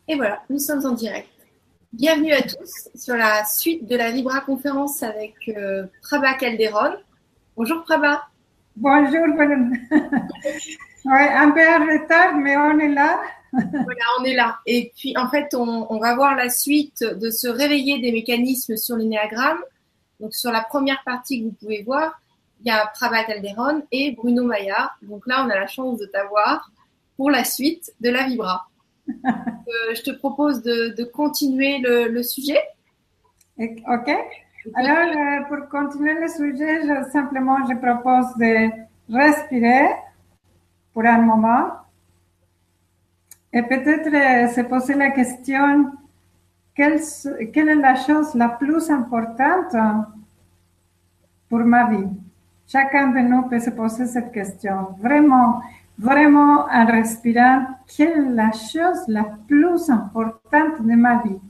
Et voilà, nous sommes en direct. Bienvenue à tous sur la suite de la Vibra conférence avec Prabha Calderon. Bonjour Prabha. Bonjour, ouais, un peu en retard, mais on est là. Voilà, on est là. Et puis en fait, on va voir la suite de se réveiller des mécanismes sur l'énéagramme. Donc sur la première partie que vous pouvez voir, il y a Prabha Calderon et Bruno Maillard. Donc là, on a la chance de t'avoir pour la suite de la Vibra. Je te propose de continuer le sujet. Ok. Alors, pour continuer le sujet, je propose de respirer pour un moment et peut-être se poser la question, quelle est la chose la plus importante pour ma vie? Chacun de nous peut se poser cette question. Vraiment, vraiment, en respirant, quelle est la chose la plus importante de ma vie?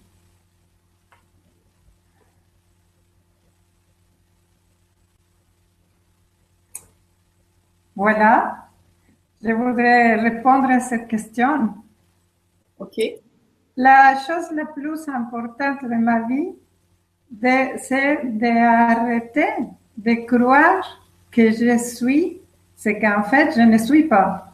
Voilà, je voudrais répondre à cette question. Ok. La chose la plus importante de ma vie, c'est d'arrêter de croire que je suis ce qu'en fait je ne suis pas.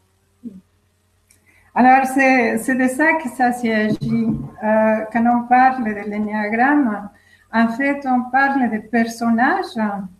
Alors, c'est de ça que ça s'agit. Quand on parle de l'énéagramme, en fait, on parle de personnages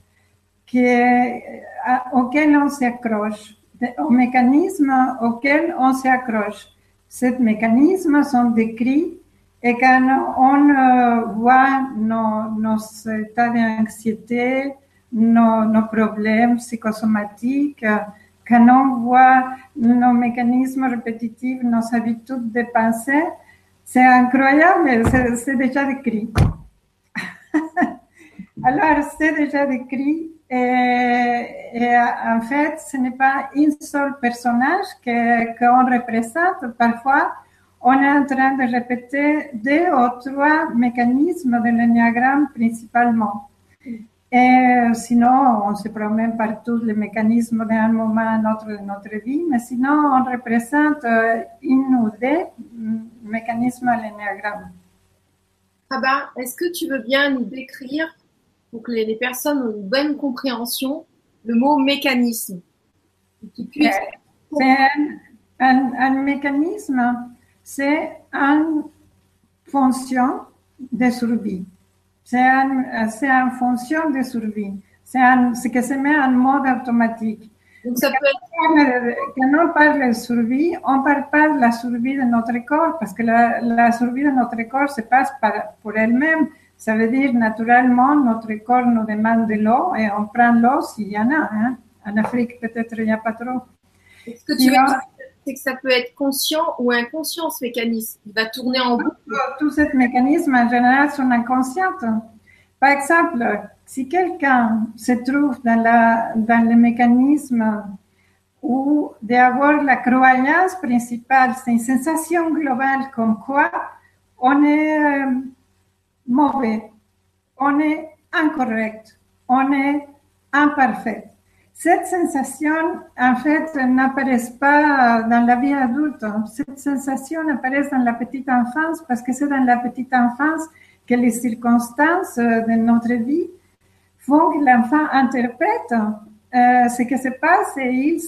auxquels on s'accroche, aux mécanismes auxquels on s'accroche. Ces mécanismes sont décrits et quand on voit nos états d'anxiété, nos problèmes psychosomatiques, quand on voit nos mécanismes répétitifs, nos habitudes de pensée, c'est incroyable, c'est déjà décrit. Alors, c'est déjà décrit et en fait, ce n'est pas un seul personnage qu'on représente. Parfois, on est en train de répéter 2 ou 3 mécanismes de l'énéagramme principalement. Et sinon, on se promène par tous les mécanismes d'un moment à un autre de notre vie, mais sinon, on représente une ou 2 mécanismes à l'énéagramme. Prabha, est-ce que tu veux bien nous décrire, pour que les personnes ont une bonne compréhension, le mot mécanisme? C'est un mécanisme, c'est une fonction de survie. C'est une fonction de survie. C'est ce qui se met en mode automatique. Donc ça peut être... Quand on parle de survie, on ne parle pas de la survie de notre corps, parce que la survie de notre corps se passe pour elle-même. Ça veut dire, naturellement, notre corps nous demande de l'eau et on prend l'eau s'il y en a. Hein. En Afrique, peut-être, il n'y a pas trop. Ce que tu veux dire, c'est que ça peut être conscient ou inconscient, ce mécanisme. Il va tourner en boucle. Tous ces mécanismes, en général, sont inconscients. Par exemple, si quelqu'un se trouve dans le mécanisme ou d'avoir la croyance principale, c'est une sensation globale comme quoi on est mauvais, on est incorrect, on est imparfait. Cette sensation, en fait, n'apparaît pas dans la vie adulte. Cette sensation apparaît dans la petite enfance parce que c'est dans la petite enfance que les circonstances de notre vie font que l'enfant interprète ce qui se passe et il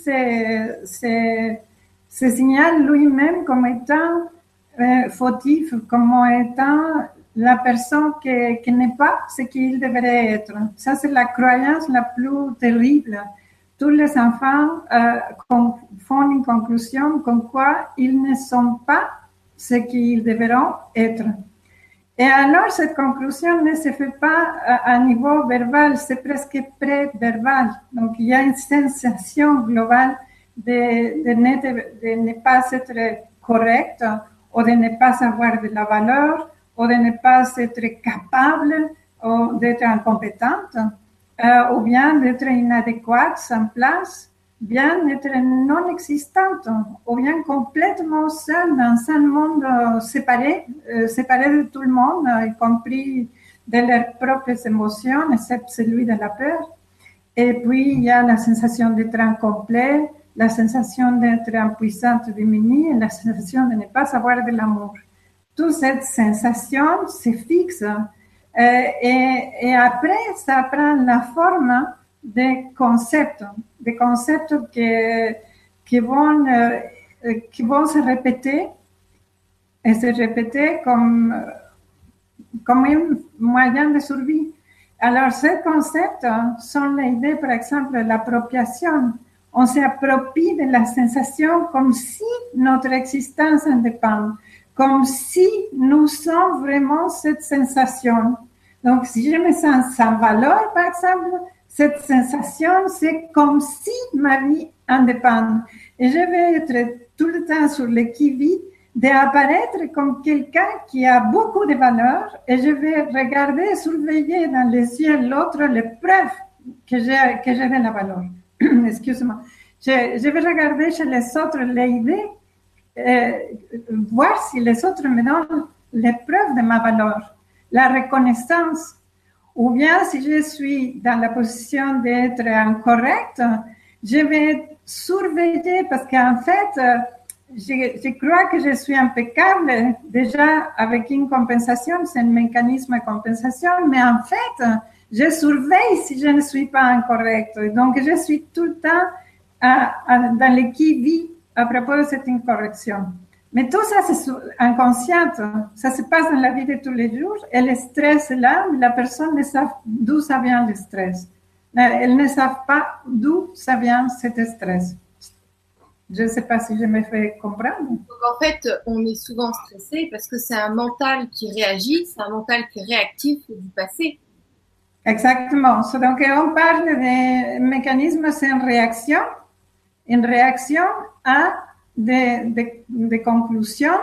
se signale lui-même comme étant fautif, comme étant la personne qui n'est pas ce qu'il devrait être. Ça, c'est la croyance la plus terrible. Tous les enfants font une conclusion comme quoi ils ne sont pas ce qu'ils devront être. Et alors, cette conclusion ne se fait pas à niveau verbal, c'est presque pré-verbal. Donc, il y a une sensation globale de ne pas être correct, ou de ne pas avoir de la valeur, ou de ne pas être capable, ou d'être incompétente, ou bien d'être inadéquate, sans place, bien être non existante, ou bien complètement seule dans un monde séparé de tout le monde, y compris de leurs propres émotions, excepté celui de la peur. Et puis, il y a la sensation d'être incomplet, la sensation d'être impuissante, démunie, et la sensation de ne pas avoir de l'amour. toute cette sensation se fixe. Et après, ça prend la forme des concepts qui vont se répéter et se répéter comme un moyen de survie. Alors, ces concepts sont l'idée, par exemple, l'appropriation. On s'approprie de la sensation comme si notre existence en dépend, comme si nous sommes vraiment cette sensation. Donc, si je me sens sans valeur, par exemple, cette sensation, c'est comme si ma vie en dépend. Et je vais être tout le temps sur le qui-vive d'apparaître comme quelqu'un qui a beaucoup de valeur et je vais regarder, surveiller dans les yeux de l'autre les preuves que j'ai de la valeur. Excuse-moi. Je vais regarder chez les autres l'idée, voir si les autres me donnent les preuves de ma valeur, la reconnaissance. Ou bien, si je suis dans la position d'être incorrecte, je vais surveiller parce qu'en fait, je crois que je suis impeccable déjà avec une compensation, c'est un mécanisme de compensation, mais en fait, je surveille si je ne suis pas incorrecte. Donc, je suis tout le temps dans le qui-vive à propos de cette incorrection. Mais tout ça, c'est inconscient. Ça se passe dans la vie de tous les jours. Et le stress est là, mais la personne ne sait d'où ça vient le stress. Elle ne sait pas d'où ça vient cet stress. Je ne sais pas si je me fais comprendre. Donc, en fait, on est souvent stressé parce que c'est un mental qui réagit, c'est un mental qui est réactif du passé. Exactement. Donc, on parle de mécanismes, c'est une réaction à des conclusions,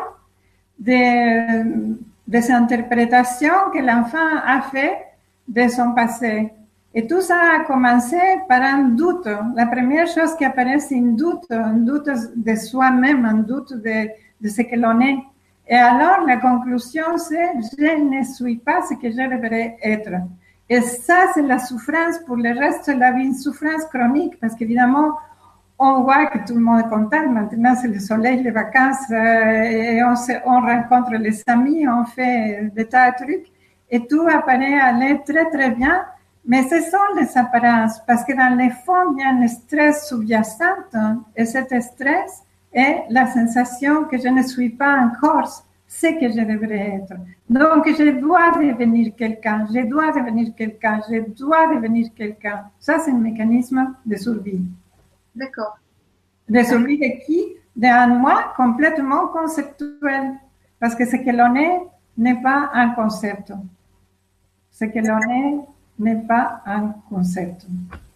des interprétations que l'enfant a fait de son passé. Et tout ça a commencé par un doute. La première chose qui apparaît, c'est un doute de soi-même, un doute de ce que l'on est. Et alors, la conclusion, c'est « je ne suis pas ce que je devrais être ». Et ça, c'est la souffrance pour le reste de la vie, une souffrance chronique, parce qu'évidemment, on voit que tout le monde est content. Maintenant, c'est le soleil, les vacances, et on rencontre les amis, on fait des tas de trucs, et tout apparaît aller très, très bien. Mais ce sont les apparences, parce que dans le fond, il y a un stress sous-jacent, et cet stress est la sensation que je ne suis pas encore ce que je devrais être. Donc, je dois devenir quelqu'un, je dois devenir quelqu'un, je dois devenir quelqu'un. Ça, c'est un mécanisme de survie. D'accord. De survie de qui? D'un moi complètement conceptuel. Parce que ce que l'on est n'est pas un concept. Ce que l'on est n'est pas un concept.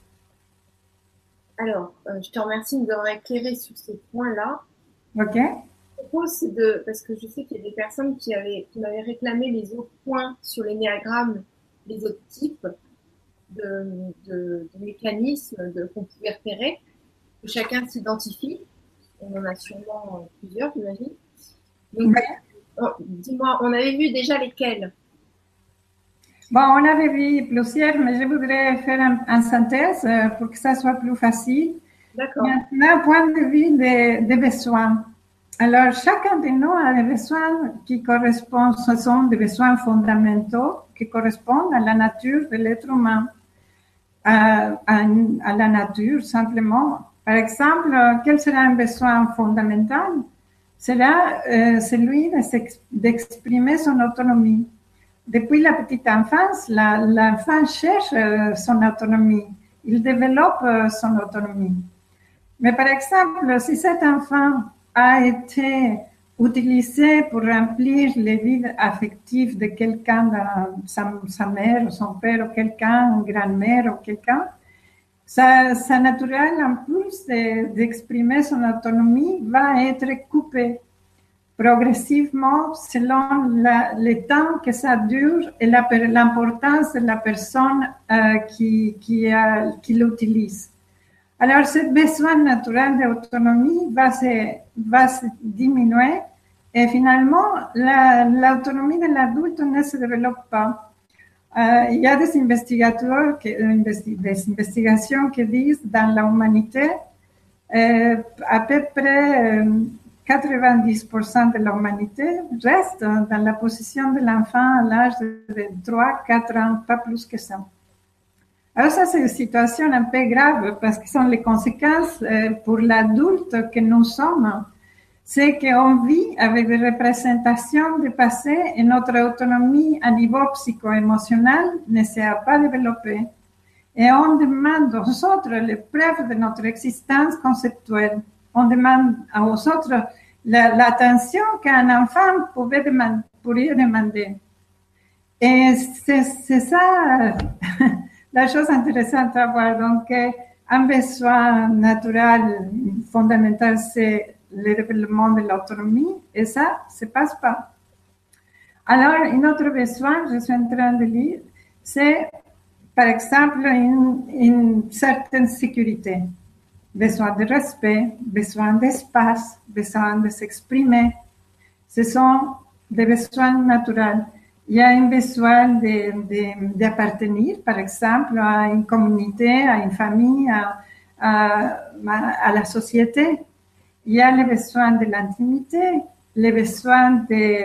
Alors, je te remercie de m'avoir éclairé sur ces points-là. OK. Je propose parce que je sais qu'il y a des personnes qui m'avaient réclamé les autres points sur l'énéagramme, les autres types de mécanismes qu'on pouvait repérer, que chacun s'identifie. On en a sûrement plusieurs, j'imagine. Donc, dis-moi, on avait vu déjà lesquels? Bon, on avait vu plusieurs, mais je voudrais faire une synthèse pour que ça soit plus facile. D'accord. Maintenant, point de vue des besoins. Alors, chacun de nous a des besoins qui correspondent, ce sont des besoins fondamentaux qui correspondent à la nature de l'être humain, à la nature simplement. Par exemple, quel sera un besoin fondamental? Sera celui d'exprimer son autonomie. Depuis la petite enfance, l'enfant cherche son autonomie. Il développe son autonomie. Mais par exemple, si cet enfant a été utilisé pour remplir les vides affectifs de quelqu'un, sa mère ou son père ou quelqu'un, une grand-mère ou quelqu'un, sa naturel, en plus d'exprimer son autonomie, va être coupé progressivement selon le temps que ça dure et l'importance de la personne qui l'utilise. Alors, ce besoin naturel d'autonomie va se diminuer et finalement, l'autonomie de l'adulte ne se développe pas. Il y a des investigations qui disent dans l'humanité, à peu près 90% de l'humanité reste dans la position de l'enfant à l'âge de 3-4 ans, pas plus que ça. Alors ça, c'est une situation un peu grave parce que ce sont les conséquences pour l'adulte que nous sommes. C'est qu'on vit avec des représentations du passé et notre autonomie à niveau psycho-émotionnel ne s'est pas développée. Et on demande aux autres les preuves de notre existence conceptuelle. On demande aux autres l'attention qu'un enfant pourrait demander. Et c'est ça la chose intéressante à voir. Donc, un besoin naturel fondamental, c'est le développement de l'autonomie, et ça ne se passe pas. Alors, un autre besoin, je suis en train de lire, c'est, par exemple, une certaine sécurité. Besoin de respect, besoin d'espace, besoin de s'exprimer. Ce sont des besoins naturels. Il y a un besoin d'appartenir, par exemple, à une communauté, à une famille, à la société. Il y a le besoin de l'intimité, le besoin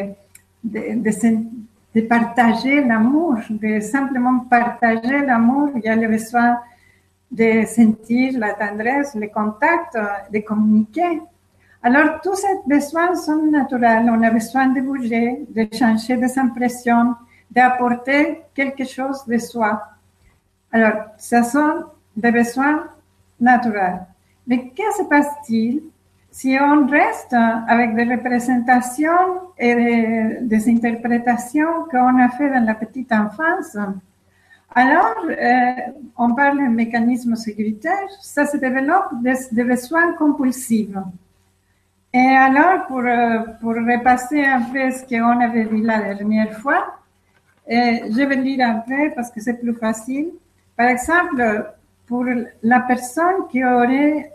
de partager l'amour, de simplement partager l'amour. Il y a le besoin de sentir la tendresse, le contact, de communiquer. Alors, tous ces besoins sont naturels. On a besoin de bouger, de changer des impressions, d'apporter quelque chose de soi. Alors, ce sont des besoins naturels. Mais que se passe-t-il si on reste avec des représentations et des interprétations qu'on a fait dans la petite enfance? Alors, on parle de mécanisme sécuritaire, ça se développe des besoins compulsifs. Et alors, pour repasser un peu ce qu'on avait vu la dernière fois, je vais lire un peu parce que c'est plus facile. Par exemple, pour la personne qui aurait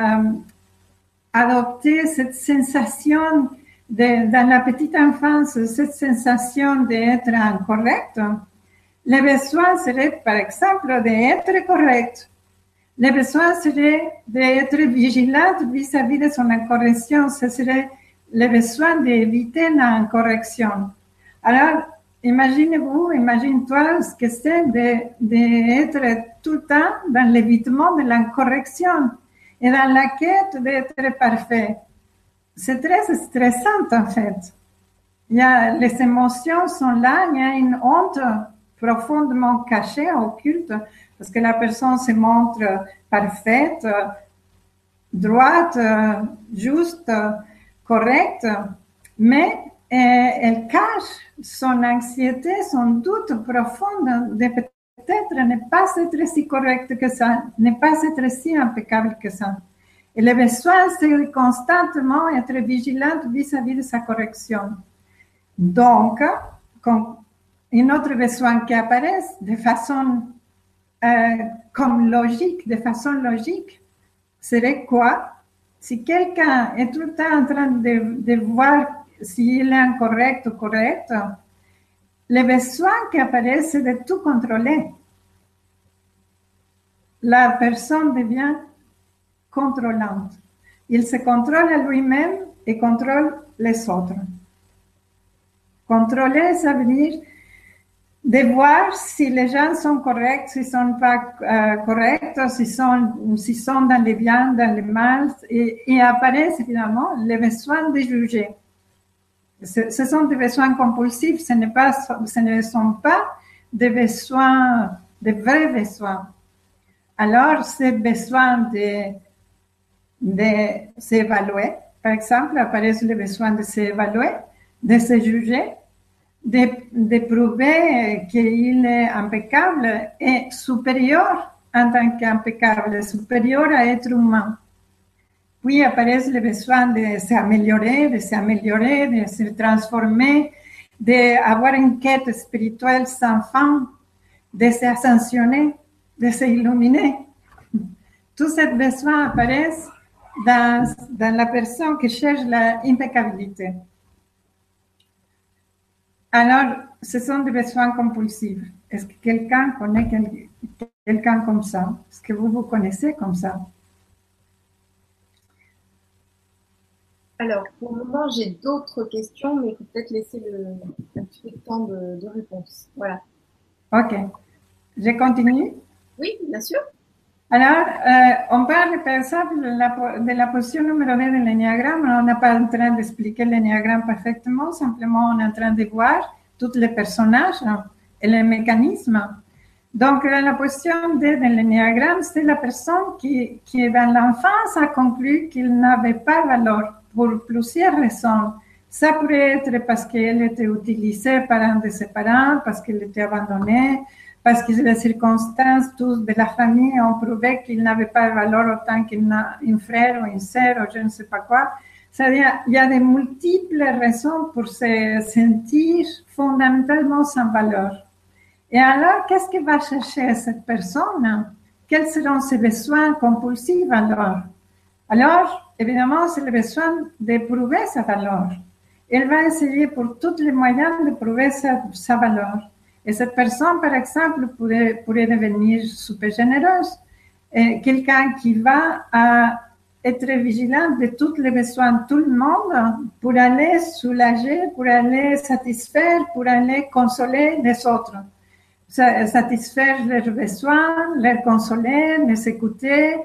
adopté cette sensation dans la petite enfance, cette sensation d'être incorrect, le besoin serait, par exemple, d'être correct. Le besoin serait d'être vigilante vis-à-vis de son incorrection. Ce serait le besoin d'éviter l'incorrection. Alors, imagine-toi ce que c'est d'être tout le temps dans l'évitement de l'incorrection et dans la quête d'être parfait. C'est très stressant, en fait. Les émotions sont là, il y a une honte profondément cachée, occulte, parce que la personne se montre parfaite, droite, juste, correcte, mais elle cache son anxiété, son doute profond de peut-être ne pas être si correcte que ça, ne pas être si impeccable que ça. Et le besoin, c'est constamment être vigilante vis-à-vis de sa correction. Donc, un autre besoin qui apparaît de façon comme logique, de façon logique, serait quoi? Si quelqu'un est tout le temps en train de voir s'il est incorrect ou correct, le besoin qui apparaît, c'est de tout contrôler. La personne devient contrôlante. Il se contrôle à lui-même et contrôle les autres. Contrôler, ça veut dire de voir si les gens sont corrects, s'ils ne sont pas corrects, s'ils sont dans les biens, dans les mal, et apparaissent évidemment les besoins de juger. Ce sont des besoins compulsifs, ce ne sont pas des besoins, des vrais besoins. Alors, ce besoin de s'évaluer, par exemple, apparaissent les besoins de s'évaluer, de se juger, de prouver qu'il est impeccable et supérieur en tant qu'impeccable, supérieur à être humain. Puis apparaissent les besoins de s'améliorer, de se transformer, d'avoir une quête spirituelle sans fin, de s'ascensionner, de s'illuminer. Tous ces besoins apparaissent dans la personne qui cherche l'impeccabilité. Alors, ce sont des besoins compulsifs. Est-ce que quelqu'un connaît quelqu'un comme ça? Est-ce que vous connaissez comme ça? Est-ce que vous vous connaissez comme ça? Alors, pour le moment, j'ai d'autres questions, mais il faut peut-être laisser un petit peu de temps de réponse. Voilà. Ok, je continue. Oui, bien sûr. Alors, on parle par exemple de la position numéro 2 de l'énéagramme. On n'est pas en train d'expliquer l'énéagramme parfaitement, simplement on est en train de voir tous les personnages et les mécanismes. Donc, la position 2 de l'énéagramme, c'est la personne qui, dans l'enfance, a conclu qu'il n'avait pas valeur pour plusieurs raisons. Ça pourrait être parce qu'elle était utilisée par un de ses parents, parce qu'elle était abandonnée, parce que les circonstances tous de la famille ont prouvé qu'il n'avait pas de valeur autant qu'un frère ou une sœur ou je ne sais pas quoi. C'est-à-dire, il y a de multiples raisons pour se sentir fondamentalement sans valeur. Et alors, qu'est-ce que va chercher cette personne? Quels seront ses besoins compulsifs alors? Alors, évidemment, c'est le besoin de prouver sa valeur. Elle va essayer pour tous les moyens de prouver sa valeur. Et cette personne, par exemple, pourrait devenir super généreuse. Quelqu'un qui va être vigilant de tous les besoins de tout le monde pour aller soulager, pour aller satisfaire, pour aller consoler les autres. Satisfaire leurs besoins, les consoler, les écouter,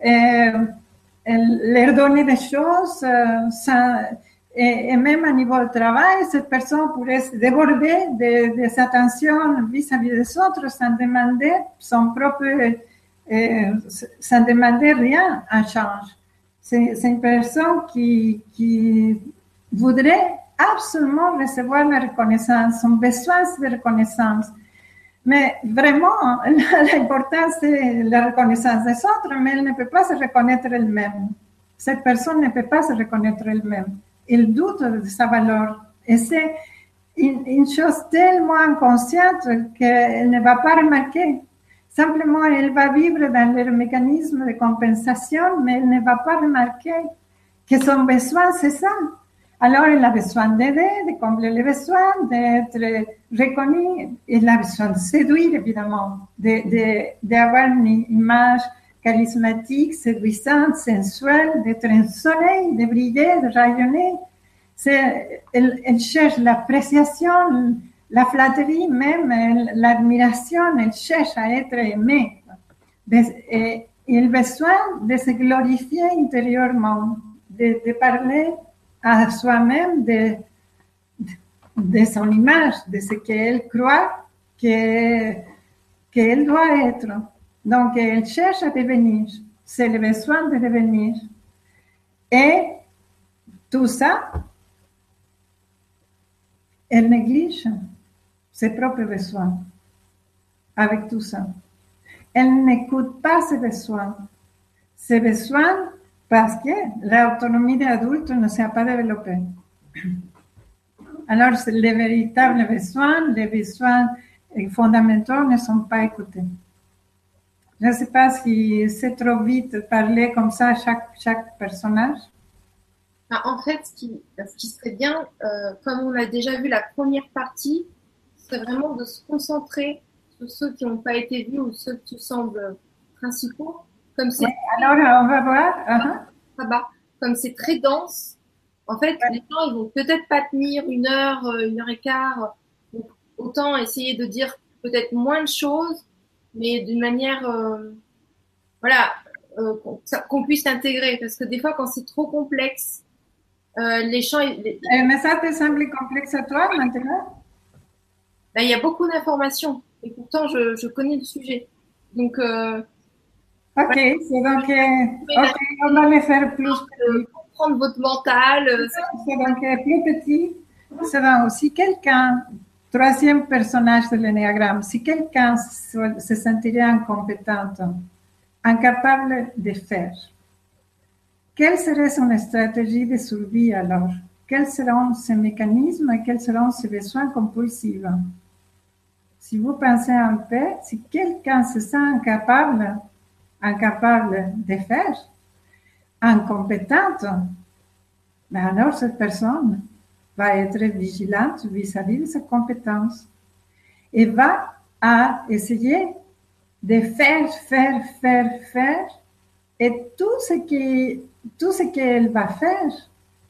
leur donner des choses. Et même à niveau de travail, cette personne pourrait se déborder des attentions vis-à-vis des autres sans demander sans demander rien en change. C'est une personne qui voudrait absolument recevoir la reconnaissance, son besoin de reconnaissance. Mais vraiment, l'important, c'est la reconnaissance des autres, mais elle ne peut pas se reconnaître elle-même. Cette personne ne peut pas se reconnaître elle-même. Elle doute de sa valeur. Et c'est une chose tellement inconsciente qu'elle ne va pas remarquer. Simplement, elle va vivre dans leur mécanisme de compensation, mais elle ne va pas remarquer que son besoin, c'est ça. Alors, elle a besoin d'aider, de combler les besoins, d'être reconnue. Elle a besoin de séduire, évidemment, d'avoir une image charismatique, séduisante, sensuelle, d'être un soleil, de briller, de rayonner. Elle cherche l'appréciation, la flatterie, même l'admiration. Elle cherche à être aimée. Et elle a besoin de se glorifier intérieurement, de parler à soi-même de son image, de ce qu'elle croit qu'elle doit être. Donc, elle cherche à devenir, c'est le besoin de devenir. Et tout ça, elle néglige ses propres besoins avec tout ça. Elle n'écoute pas ses besoins. Ses besoins parce que l'autonomie de l'adulte ne s'est pas développée. Alors, les véritables besoins, les besoins fondamentaux ne sont pas écoutés. Je ne sais pas si c'est trop vite parler comme ça à chaque personnage. En fait, ce qui serait bien, comme on a déjà vu la première partie, c'est vraiment de se concentrer sur ceux qui n'ont pas été vus ou ceux qui semblent principaux. Comme c'est alors, on va voir. Comme c'est très dense, en fait, les gens ils vont peut-être pas tenir 1 heure et quart. Donc, autant essayer de dire peut-être moins de choses, mais d'une manière, voilà, qu'on puisse intégrer. Parce que des fois, quand c'est trop complexe, les gens, mais ça te semble complexe à toi maintenant? Ben, il y a beaucoup d'informations et pourtant je connais le sujet. Donc, ok, voilà. c'est donc, ok, on va le faire plus petit. Comprendre votre mental. C'est donc plus petit. C'est donc aussi quelqu'un, troisième personnage de l'énéagramme, si quelqu'un se sentirait incompétente, incapable de faire, quelle serait son stratégie de survie alors? Quels seront ses mécanismes et quels seront ses besoins compulsifs? Si vous pensez un peu, si quelqu'un se sent incapable de faire, incompétente, ben alors cette personne va être vigilante vis-à-vis de sa compétence et va essayer de faire, et tout ce qu'elle va faire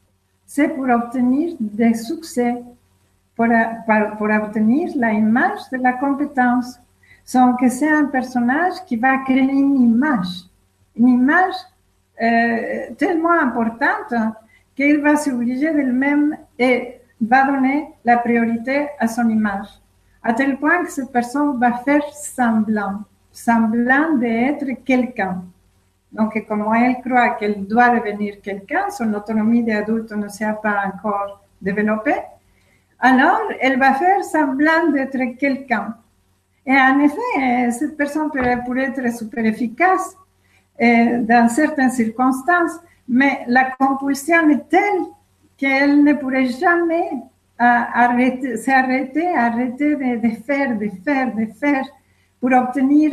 c'est pour obtenir des succès, pour obtenir l'image de la compétence. Donc, c'est un personnage qui va créer une image tellement importante qu'il va s'obliger de lui-même et va donner la priorité à son image, à tel point que cette personne va faire semblant d'être quelqu'un. Donc, comme elle croit qu'elle doit devenir quelqu'un, son autonomie d'adulte ne s'est pas encore développée, alors elle va faire semblant d'être quelqu'un. Et en effet, cette personne pourrait être super efficace dans certaines circonstances, mais la compulsion est telle qu'elle ne pourrait jamais arrêter de faire pour obtenir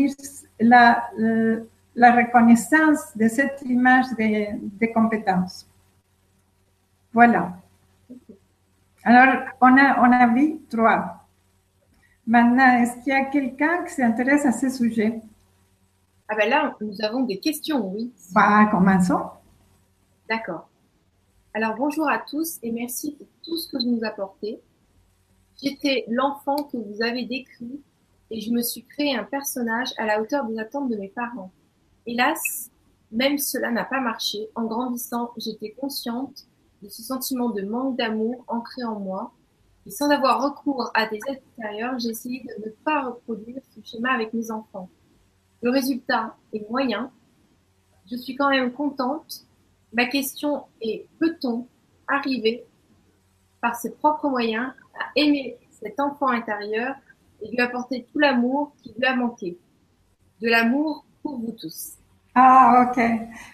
la reconnaissance de cette image de compétence. Voilà. Alors, on a vu 3. Maintenant, est-ce qu'il y a quelqu'un qui s'intéresse à ce sujet? Ah ben là, nous avons des questions, oui. Commençons. D'accord. Alors, bonjour à tous et merci pour tout ce que vous nous apportez. J'étais l'enfant que vous avez décrit et je me suis créé un personnage à la hauteur des attentes de mes parents. Hélas, même cela n'a pas marché. En grandissant, j'étais consciente de ce sentiment de manque d'amour ancré en moi. Et sans avoir recours à des aides extérieures, j'ai essayé de ne pas reproduire ce schéma avec mes enfants. Le résultat est moyen. Je suis quand même contente. Ma question est, peut-on arriver par ses propres moyens à aimer cet enfant intérieur et lui apporter tout l'amour qui lui a manqué? De l'amour pour vous tous. Ah, ok.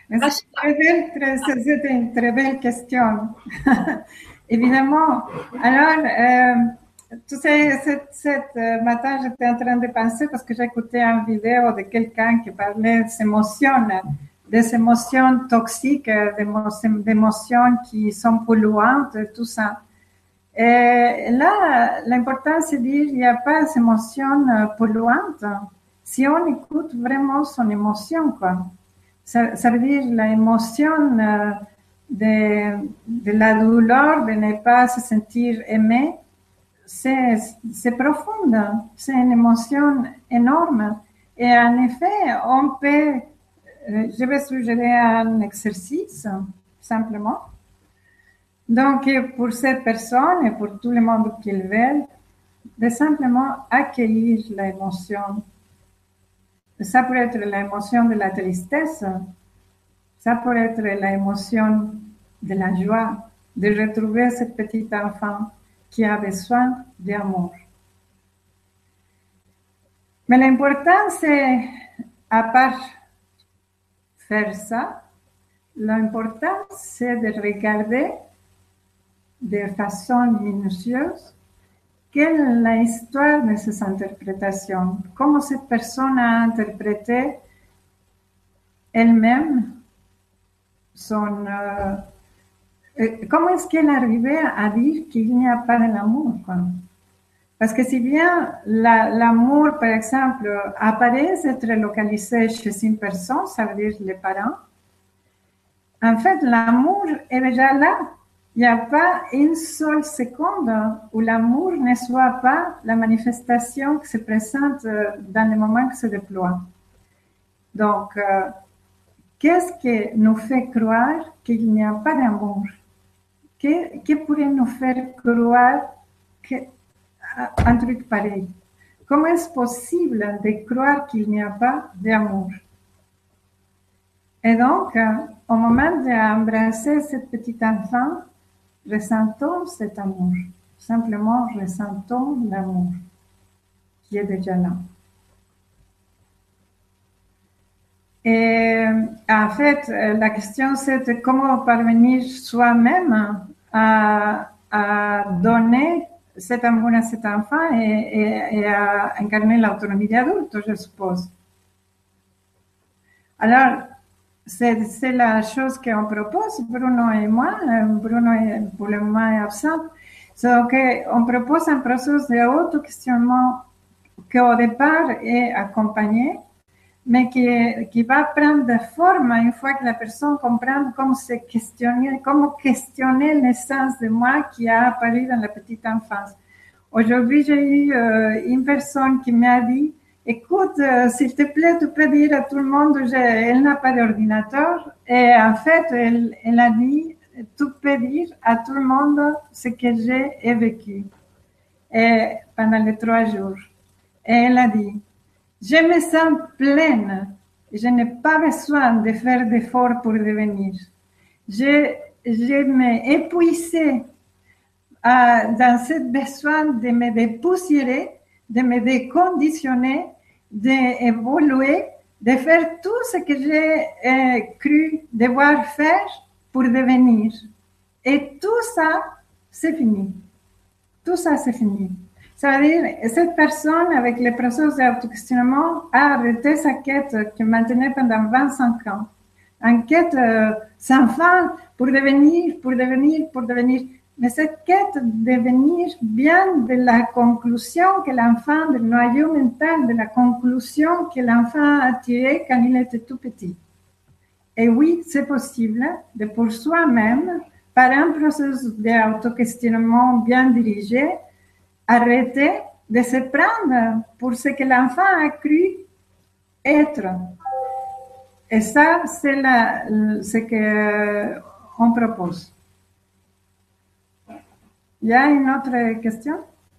C'est une très belle question. Évidemment. Alors, tu sais, cette matin, j'étais en train de penser parce que j'écoutais une vidéo de quelqu'un qui parlait des émotions toxiques, d'émotions qui sont polluantes, tout ça. Et là, l'important, c'est de dire qu'il n'y a pas d'émotions polluantes si on écoute vraiment son émotion, quoi. Ça veut dire l'émotion de la douleur, de ne pas se sentir aimé, c'est profond, c'est une émotion énorme. Et en effet, on peut, je vais suggérer un exercice, simplement. Donc, pour cette personne et pour tout le monde qui le veut, de simplement accueillir l'émotion. Ça peut être l'émotion de la tristesse, ça peut être l'émotion de la joie, de retrouver ce petit enfant qui a besoin d'amour. Mais l'important, c'est, à part faire ça, l'important, c'est de regarder de façon minutieuse quelle est l'histoire de ces interprétations, comment cette personne a interprété elle-même comment est-ce qu'elle arrivait à dire qu'il n'y a pas de l'amour, quoi. Parce que si bien l'amour, par exemple, apparaît être localisé chez une personne, ça veut dire les parents, en fait, l'amour est déjà là. Il n'y a pas une seule seconde où l'amour ne soit pas la manifestation qui se présente dans le moment qui se déploie. Donc, qu'est-ce qui nous fait croire qu'il n'y a pas d'amour? Qui pourrait nous faire croire un truc pareil? Comment est-ce possible de croire qu'il n'y a pas d'amour? Et donc, au moment d'embrasser ce petit enfant, ressentons cet amour. Simplement, ressentons l'amour qui est déjà là. Et en fait, la question, c'est comment parvenir soi-même à donner cet amour à cet enfant et à incarner l'autonomie d'adulte, je suppose. Alors, c'est la chose qu'on propose, Bruno et moi. Bruno, pour le moment, est absent. Donc, on propose un processus d'auto-questionnement qui, au départ, est accompagné mais qui va prendre forme une fois que la personne comprend comment questionner l'essence de moi qui a apparu dans la petite enfance. Aujourd'hui, j'ai eu une personne qui m'a dit, écoute, s'il te plaît, tu peux dire à tout le monde elle n'a pas d'ordinateur. Et en fait, elle a dit, tu peux dire à tout le monde ce que j'ai vécu pendant les 3 jours. Et elle a dit, je me sens pleine. Je n'ai pas besoin de faire d'efforts pour devenir. Je m'ai épuisée dans ce besoin de me dépoussiérer, de me déconditionner, d'évoluer, de faire tout ce que j'ai cru devoir faire pour devenir. Et tout ça, c'est fini. Tout ça, c'est fini. Ça veut dire, cette personne, avec le processus d'auto-questionnement, a arrêté sa quête qui maintenait pendant 25 ans. En quête sans fin pour devenir. Mais cette quête de devenir vient de la conclusion que l'enfant, du noyau mental, de la conclusion que l'enfant a tirée quand il était tout petit. Et oui, c'est possible de pour soi-même, par un processus d'auto-questionnement bien dirigé, arrêter de se prendre pour ce que l'enfant a cru être. Et ça, c'est ce qu'on propose. Il y a une autre question?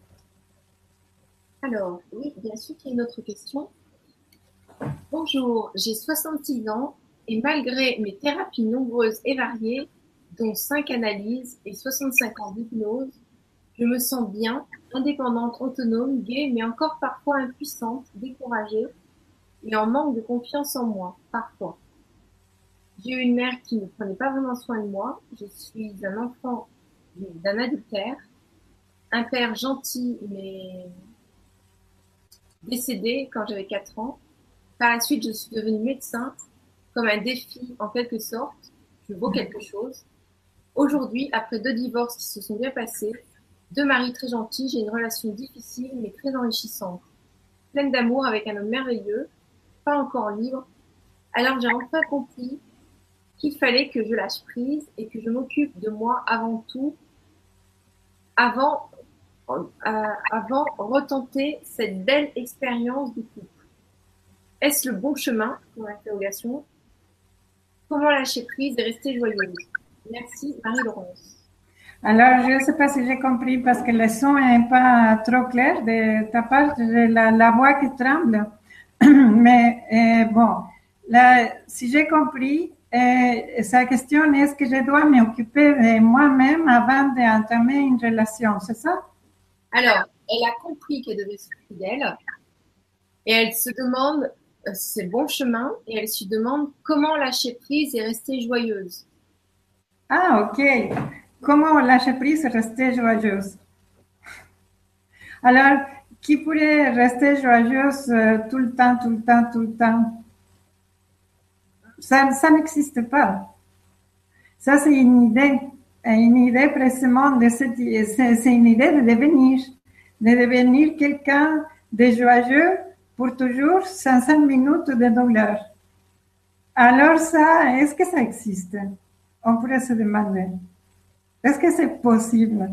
Alors, oui, bien sûr qu'il y a une autre question. Bonjour, j'ai 66 ans et malgré mes thérapies nombreuses et variées, dont 5 analyses et 65 ans d'hypnose, je me sens bien, indépendante, autonome, gaie, mais encore parfois impuissante, découragée et en manque de confiance en moi, parfois. J'ai eu une mère qui ne prenait pas vraiment soin de moi, je suis un enfant d'un adultère, un père gentil mais décédé quand j'avais 4 ans. Par la suite, je suis devenue médecin, comme un défi en quelque sorte, je vaux quelque chose. Aujourd'hui, après 2 divorces qui se sont bien passés, 2 maris très gentils, j'ai une relation difficile mais très enrichissante, pleine d'amour avec un homme merveilleux, pas encore libre. Alors j'ai enfin compris qu'il fallait que je lâche prise et que je m'occupe de moi avant tout, avant retenter cette belle expérience du couple. Est-ce le bon chemin? Pour l'interrogation. Comment lâcher prise et rester joyeuse? Merci, Marie-Laurence. Alors, je ne sais pas si j'ai compris parce que le son n'est pas trop clair de ta part, j'ai la voix qui tremble. Mais bon, là, si j'ai compris, sa question est est-ce que je dois m'occuper de moi-même avant d'entamer une relation, c'est ça? Alors, elle a compris qu'elle devait se fidèle et elle se demande c'est bon chemin et elle se demande comment lâcher prise et rester joyeuse. Ah, ok. Comment lâcher prise et rester joyeuse? Alors, qui pourrait rester joyeuse tout le temps, tout le temps, tout le temps? Ça n'existe pas. Ça, c'est une idée précisément c'est une idée de devenir quelqu'un de joyeux pour toujours sans 5 minutes de douleur. Alors ça, est-ce que ça existe? On pourrait se demander. Est-ce que c'est possible?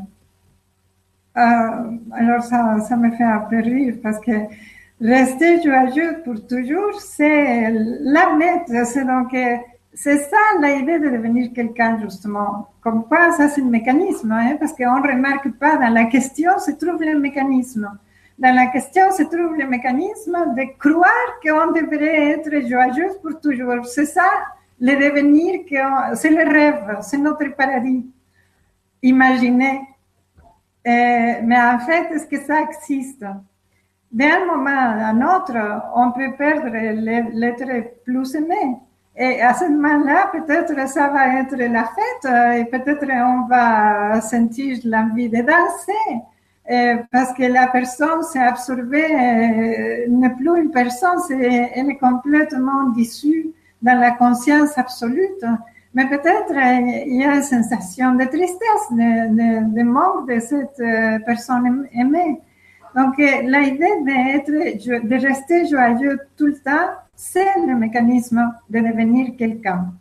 Alors ça me fait un peu rire parce que rester joyeux pour toujours, c'est la mette. C'est ça l'idée de devenir quelqu'un justement. Comme quoi, ça c'est un mécanisme, parce qu'on ne remarque pas dans la question se trouve le mécanisme. Dans la question se trouve le mécanisme de croire qu'on devrait être joyeux pour toujours. C'est ça, le devenir, c'est le rêve, c'est notre paradis. Imaginez. Mais en fait, est-ce que ça existe? D'un moment à un autre, on peut perdre l'être plus aimé. Et à ce moment-là, peut-être ça va être la fête et peut-être on va sentir l'envie de danser parce que la personne s'est absorbée, n'est plus une personne, elle est complètement dissoute dans la conscience absolue. Mais peut-être il y a une sensation de tristesse, de manque de cette personne aimée. Donc, l'idée de rester joyeux tout le temps, c'est le mécanisme de devenir quelqu'un.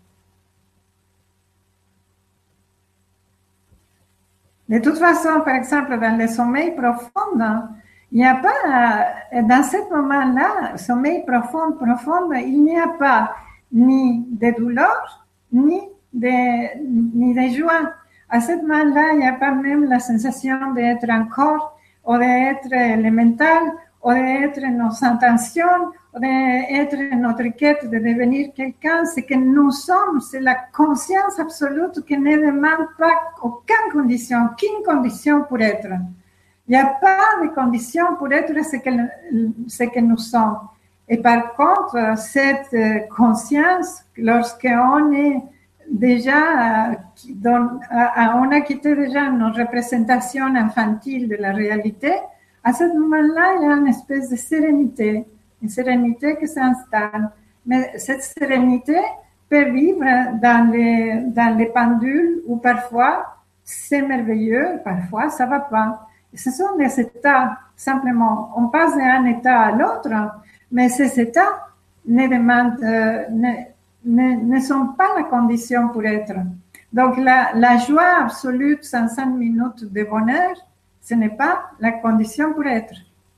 De toute façon, par exemple, dans le sommeil profond, il n'y a pas, dans ce moment-là, sommeil profond, il n'y a pas ni de douleur, ni de joie. À ce moment-là, il n'y a pas même la sensation d'être un corps, ou d'être élémental, ou d'être nos intentions, ou d'être notre quête de devenir quelqu'un. Ce que nous sommes, c'est la conscience absolue qui ne demande pas aucune condition pour être. Il n'y a pas de condition pour être ce que nous sommes. Et par contre, cette conscience, lorsqu'on est déjà, on a quitté déjà nos représentations infantiles de la réalité, à ce moment-là, il y a une espèce de sérénité, une sérénité qui s'installe. Mais cette sérénité peut vivre dans les pendules où parfois c'est merveilleux, parfois ça va pas. Ce sont des états, simplement. On passe d'un état à l'autre, mais ces états ne sont pas la condition pour être. Donc, la joie absolue sans 5 minutes de bonheur, ce n'est pas la condition pour être.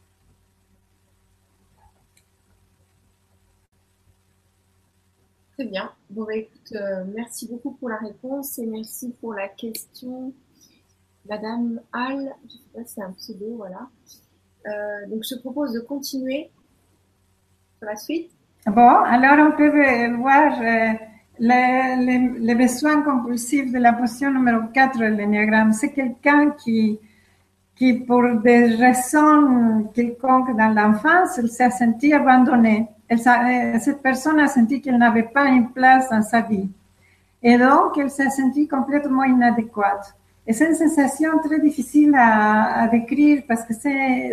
Très bien. Bon, bah, écoute, merci beaucoup pour la réponse et merci pour la question. Madame Hall, je ne sais pas si c'est un pseudo, voilà. Donc, je te propose de continuer sur la suite. Bon, alors on peut voir les besoins compulsifs de la position numéro 4 de l'énéagramme. C'est quelqu'un qui, pour des raisons quelconques dans l'enfance, elle s'est sentie abandonnée. Cette personne a senti qu'elle n'avait pas une place dans sa vie. Et donc, elle s'est sentie complètement inadéquate. Et c'est une sensation très difficile à décrire parce que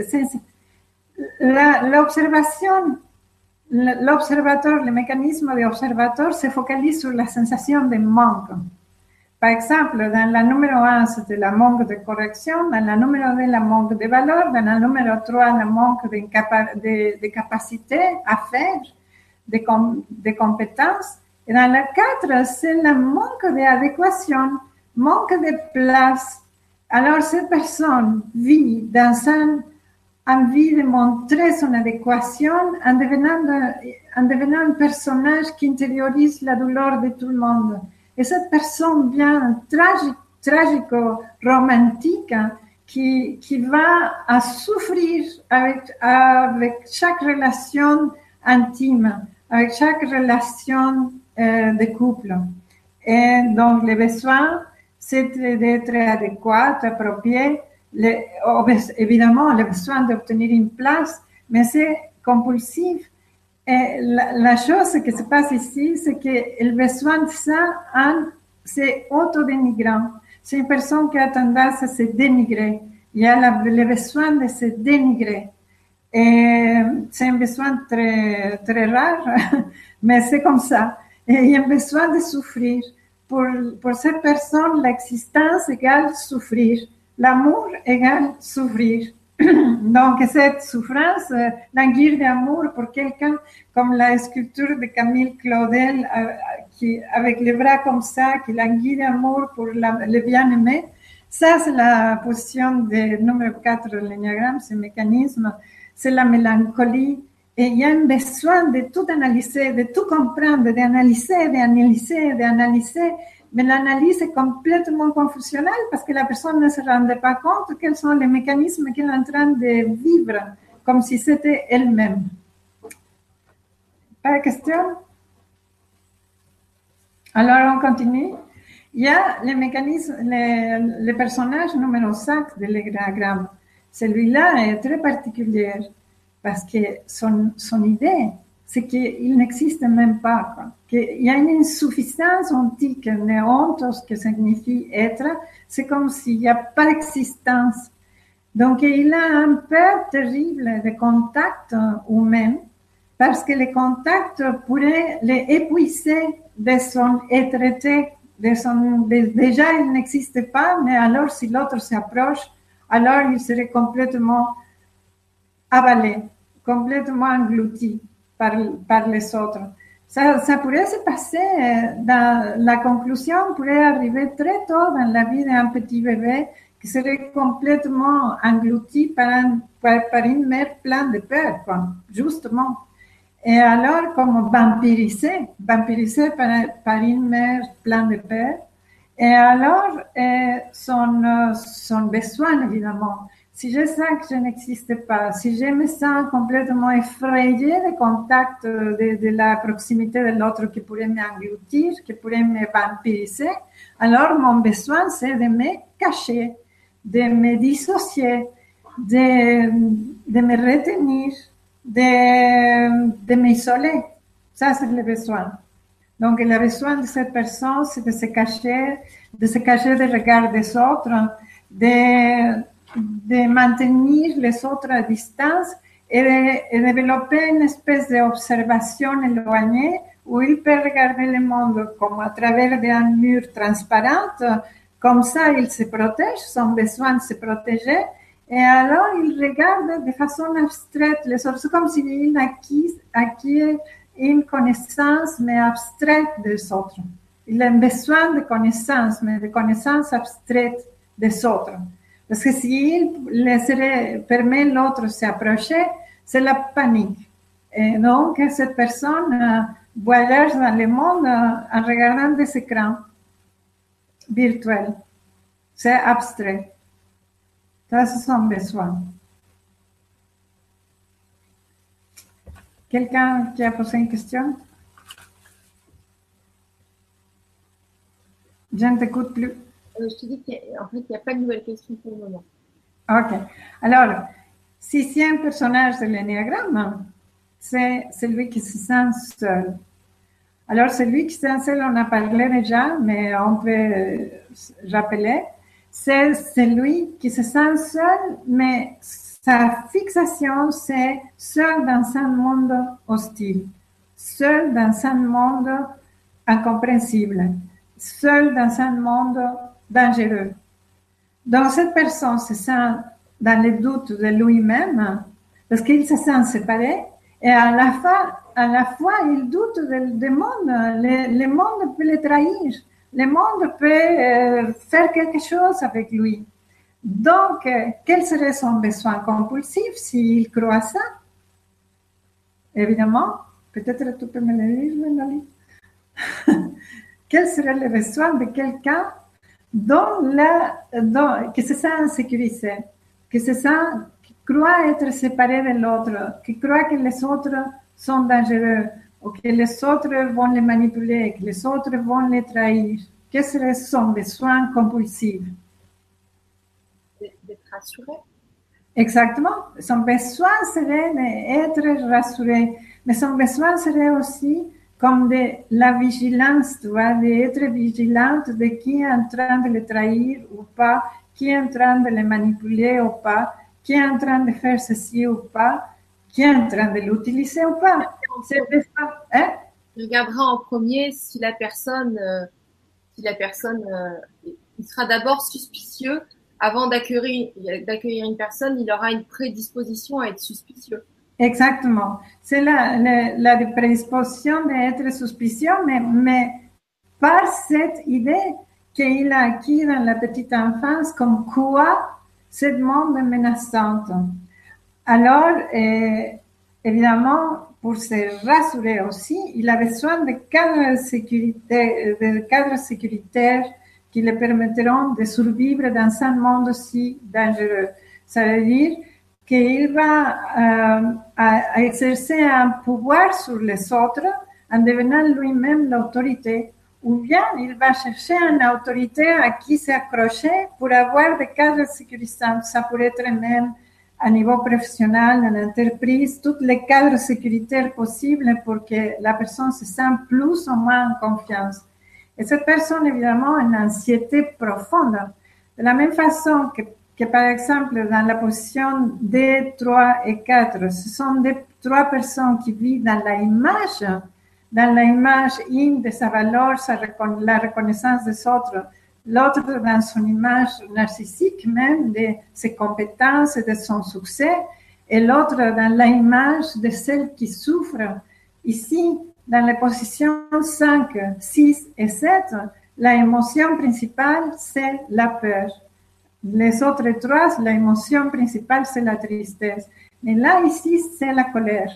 l'observateur, le mécanisme de l'observateur se focalise sur la sensation de manque. Par exemple, dans la numéro 1, c'était la manque de correction, dans la numéro 2, la manque de valeur, dans la numéro 3, la manque de capacité à faire, de compétences. Et dans la 4, c'est le manque d'adéquation, manque de place. Alors, cette personne vit dans une envie de montrer son adéquation en devenant un personnage qui intériorise la douleur de tout le monde. Et cette personne bien tragico-romantique qui va à souffrir avec chaque relation intime, avec chaque relation de couple. Et donc, le besoin, c'est d'être adéquat, approprié. Évidemment, le besoin d'obtenir une place, mais c'est compulsif. Et la chose qui se passe ici, c'est que le besoin de ça, c'est autodénigrant. C'est une personne qui a tendance à se dénigrer. Il y a le besoin de se dénigrer. Et c'est un besoin très, très rare, mais c'est comme ça. Et il y a besoin de souffrir. Pour cette personne, l'existence égale souffrir. L'amour égale souffrir. Donc, cette souffrance, languir d'amour pour quelqu'un, comme la sculpture de Camille Claudel, qui, avec les bras comme ça, qui languit d'amour pour le bien-aimé, ça, c'est la position de numéro 4 de l'énéagramme, ce mécanisme, c'est la mélancolie. Et il y a un besoin de tout analyser, de tout comprendre, d'analyser. Mais l'analyse est complètement confusionnelle parce que la personne ne se rendait pas compte quels sont les mécanismes qu'elle est en train de vivre, comme si c'était elle-même. Pas de question? Alors, on continue. Il y a le mécanisme, le personnage numéro 5 de l'énéagramme. Celui-là est très particulier parce que son idée, c'est qu'il n'existe même pas, quoi. Qu'il y a une insuffisance antique, néontos, qui signifie être, c'est comme s'il n'y a pas d'existence. Donc, il a un peur terrible de contact humain, parce que le contact pourrait l'épuiser de son être-té, déjà il n'existe pas, mais alors si l'autre s'approche, alors il serait complètement avalé, complètement englouti par les autres. Ça pourrait se passer dans la conclusion, pourrait arriver très tôt dans la vie d'un petit bébé qui serait complètement englouti par une mère pleine de peur, quoi, justement. Et alors, comme vampirisé par une mère pleine de peur. Et alors, son besoin, évidemment. Si je sens que je n'existe pas, si je me sens complètement effrayée du contact, de la proximité de l'autre qui pourrait m'engloutir, qui pourrait me vampiriser, alors mon besoin, c'est de me cacher, de me dissocier, de me retenir, de m'isoler. Ça, c'est le besoin. Donc, le besoin de cette personne, c'est de se cacher des regards des autres, de maintenir les autres à distance et de développer une espèce d'observation éloignée où il peut regarder le monde comme à travers un mur transparent. Comme ça, il se protège, son besoin de se protéger. Et alors, il regarde de façon abstraite les autres. C'est comme s'il acquiert une connaissance, mais abstraite des autres. Il a besoin de connaissances, mais de connaissances abstraites des autres. Parce que s'il permet l'autre de s'approcher, c'est la panique. Et donc, cette personne voyage dans le monde en regardant des écrans virtuels. C'est abstrait. Ça, c'est son besoin. Quelqu'un qui a posé une question? Je ne t'écoute plus. Je te dis qu'en fait, il n'y a pas de nouvelles questions pour le moment. Ok. Alors, sixième personnage de l'énéagramme, c'est celui qui se sent seul. Alors, celui qui se sent seul, on a parlé déjà, mais on peut rappeler, c'est celui qui se sent seul, mais sa fixation, c'est seul dans un monde hostile, seul dans un monde incompréhensible, seul dans un monde dangereux. Donc, cette personne se sent dans le doute de lui-même parce qu'il se sent séparé et à la fois, il doute du monde. Le monde peut le trahir. Le monde peut faire quelque chose avec lui. Donc, quel serait son besoin compulsif s'il croit ça? Évidemment, peut-être tu peux me le dire, Mélanie. Quel serait le besoin de quelqu'un qui se sent sécurisé, qui croit être séparé de l'autre, qui croit que les autres sont dangereux, ou que les autres vont les manipuler, que les autres vont les trahir? Quel serait son besoin compulsif? D'être rassuré. Exactement. Son besoin serait d'être rassuré, mais son besoin serait aussi comme de la vigilance, tu vois, d'être vigilante de qui est en train de le trahir ou pas, qui est en train de le manipuler ou pas, qui est en train de faire ceci ou pas, qui est en train de l'utiliser ou pas. C'est ça, hein? Il regardera en premier si la personne, il sera d'abord suspicieux avant d'accueillir une personne, il aura une prédisposition à être suspicieux. Exactement. C'est la prédisposition d'être suspicieux, mais par cette idée qu'il a acquis dans la petite enfance, comme quoi ce monde est menaçant. Alors, évidemment, pour se rassurer aussi, il a besoin de cadres sécuritaires qui le permettront de survivre dans un monde si dangereux. Ça veut dire qu'il va exercer un pouvoir sur les autres en devenant lui-même l'autorité, ou bien il va chercher une autorité à qui s'accrocher pour avoir des cadres sécurisants. Ça pourrait être même à niveau professionnel, en entreprise, tous les cadres sécuritaires possibles pour que la personne se sente plus ou moins en confiance. Et cette personne, évidemment, a une anxiété profonde. De la même façon que par exemple, dans la position 2, 3 et 4, ce sont trois personnes qui vivent dans l'image une de sa valeur, la reconnaissance des autres, l'autre dans son image narcissique même, de ses compétences et de son succès. et l'autre dans l'image de celle qui souffre. Ici, dans les positions 5, 6 et 7, la émotion principale, c'est la peur. Les autres trois, l'émotion principale, c'est la tristesse. Mais là, ici, c'est la colère,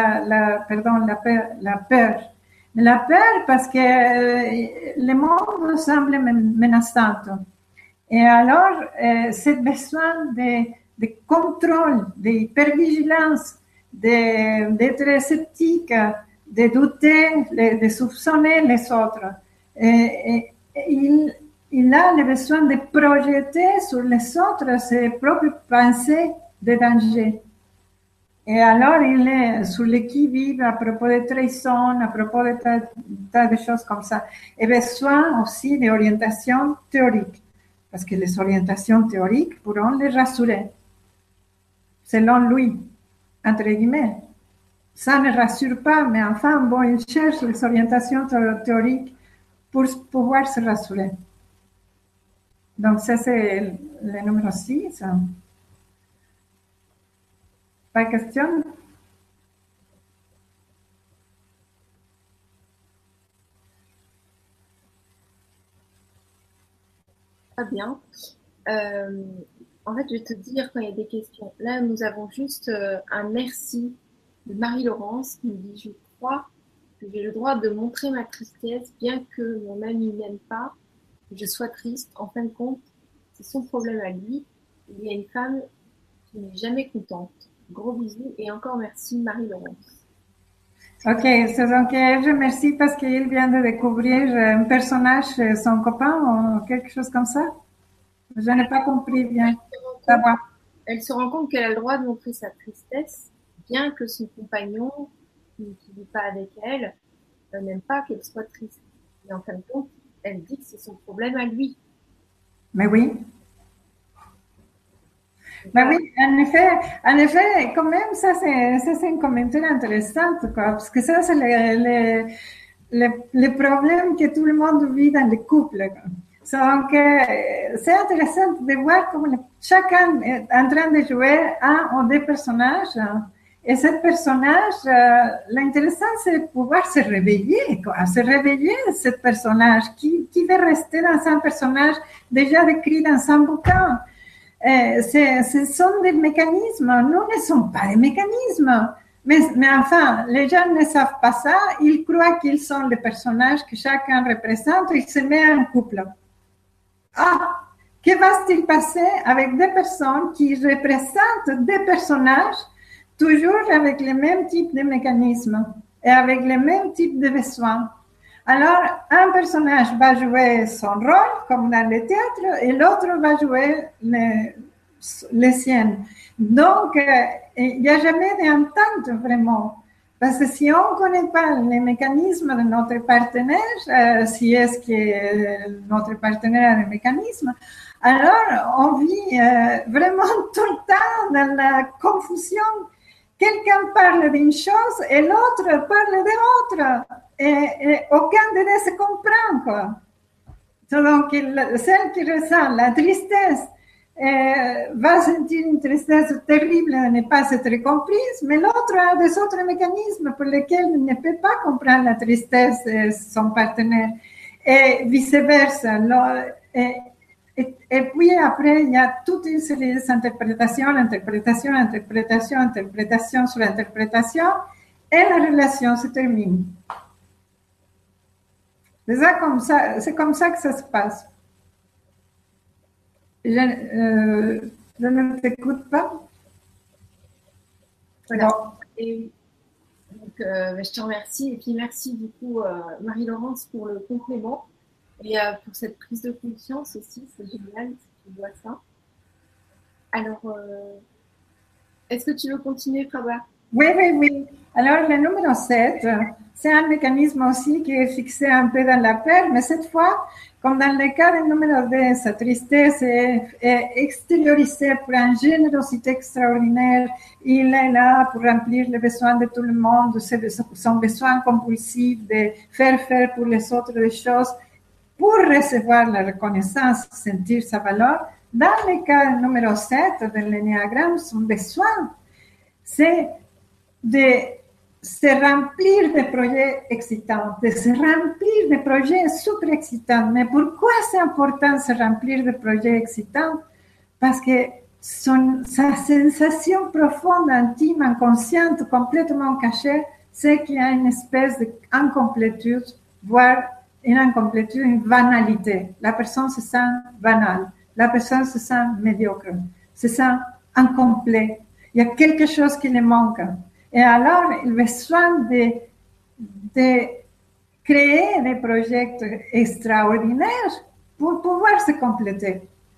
la peur. La peur parce que le monde semble menaçant. Et alors, ce besoin de contrôle, d'hypervigilance, d'être sceptique, de douter, de soupçonner les autres. Il a le besoin de projeter sur les autres ses propres pensées de danger. Et alors, il est sur le qui-vive à propos de trahison, à propos de tas de choses comme ça. Et besoin aussi d'orientation théorique, parce que les orientations théoriques pourront les rassurer, selon lui, entre guillemets. Ça ne rassure pas, mais enfin, bon, il cherche les orientations théoriques pour pouvoir se rassurer. Donc, ça, c'est le numéro 6. Pas de question? Très bien. En fait, je vais te dire quand il y a des questions. Là, nous avons juste un merci de Marie-Laurence qui nous dit: je crois que j'ai le droit de montrer ma tristesse, bien que mon ami n'aime pas que je sois triste. En fin de compte, c'est son problème à lui. Il y a une femme qui n'est jamais contente. Gros bisous et encore merci Marie-Laurence. Ok, donc je remercie parce qu'il vient de découvrir un personnage, son copain ou quelque chose comme ça. Je n'ai pas compris bien. Elle se rend compte qu'elle a le droit de montrer sa tristesse, bien que son compagnon, qui ne vit pas avec elle, n'aime pas qu'elle soit triste. Et en fin de compte, elle dit que c'est son problème à lui. Mais oui. Ben oui, en effet, quand même, ça c'est un commentaire intéressant, quoi, parce que ça c'est le problème que tout le monde vit dans les couples. Donc, c'est intéressant de voir comment chacun est en train de jouer un ou deux personnages. Et ce personnage, l'intéressant, c'est de pouvoir se réveiller, quoi, se réveiller ce personnage qui veut rester dans un personnage déjà décrit dans un bouquin. Ce sont des mécanismes, nous ne sommes pas des mécanismes. Mais enfin, les gens ne savent pas ça, ils croient qu'ils sont les personnages que chacun représente, ils se mettent en couple. Ah, que va-t-il passer avec des personnes qui représentent des personnages, toujours avec le même type de mécanisme et avec le même type de besoins? Alors, un personnage va jouer son rôle, comme dans le théâtre, et l'autre va jouer les siennes. Donc, il n'y a jamais d'entente vraiment. Parce que si on ne connaît pas les mécanismes de notre partenaire, si est-ce que notre partenaire a des mécanismes, alors on vit vraiment tout le temps dans la confusion. Quelqu'un parle d'une chose et l'autre parle de l'autre. Et aucun des deux se comprend, quoi. Donc, celle qui ressent la tristesse va sentir une tristesse terrible de ne pas être comprise, mais l'autre a des autres mécanismes pour lesquels il ne peut pas comprendre la tristesse de son partenaire, et vice-versa. Et puis après, il y a toute une série d'interprétations, interprétation sur interprétation, et la relation se termine. C'est comme ça que ça se passe. Je ne t'écoute pas. Voilà. Bon. Et donc, je te remercie. Et puis, merci beaucoup, Marie-Laurence, pour le complément et pour cette prise de conscience aussi. C'est génial si tu vois ça. Alors, est-ce que tu veux continuer, Prabha? Oui. Alors, le numéro 7, c'est un mécanisme aussi qui est fixé un peu dans la peur, mais cette fois, comme dans le cas du numéro 2, sa tristesse est extériorisée pour une générosité extraordinaire. Il est là pour remplir les besoins de tout le monde, son besoin compulsif de faire pour les autres des choses, pour recevoir la reconnaissance, sentir sa valeur. Dans le cas numéro 7 de l'énéagramme, son besoin c'est de se remplir de projets excitants, de se remplir de projets super excitants. Mais pourquoi c'est important de se remplir de projets excitants? Parce que sa sensation profonde, intime, inconsciente, complètement cachée, c'est qu'il y a une espèce d'incomplétude, voire une incomplétude, une banalité. La personne se sent banale, la personne se sent médiocre, se sent incomplet. Il y a quelque chose qui lui manque. Et alors, il a besoin de créer des projets extraordinaires pour pouvoir se compléter.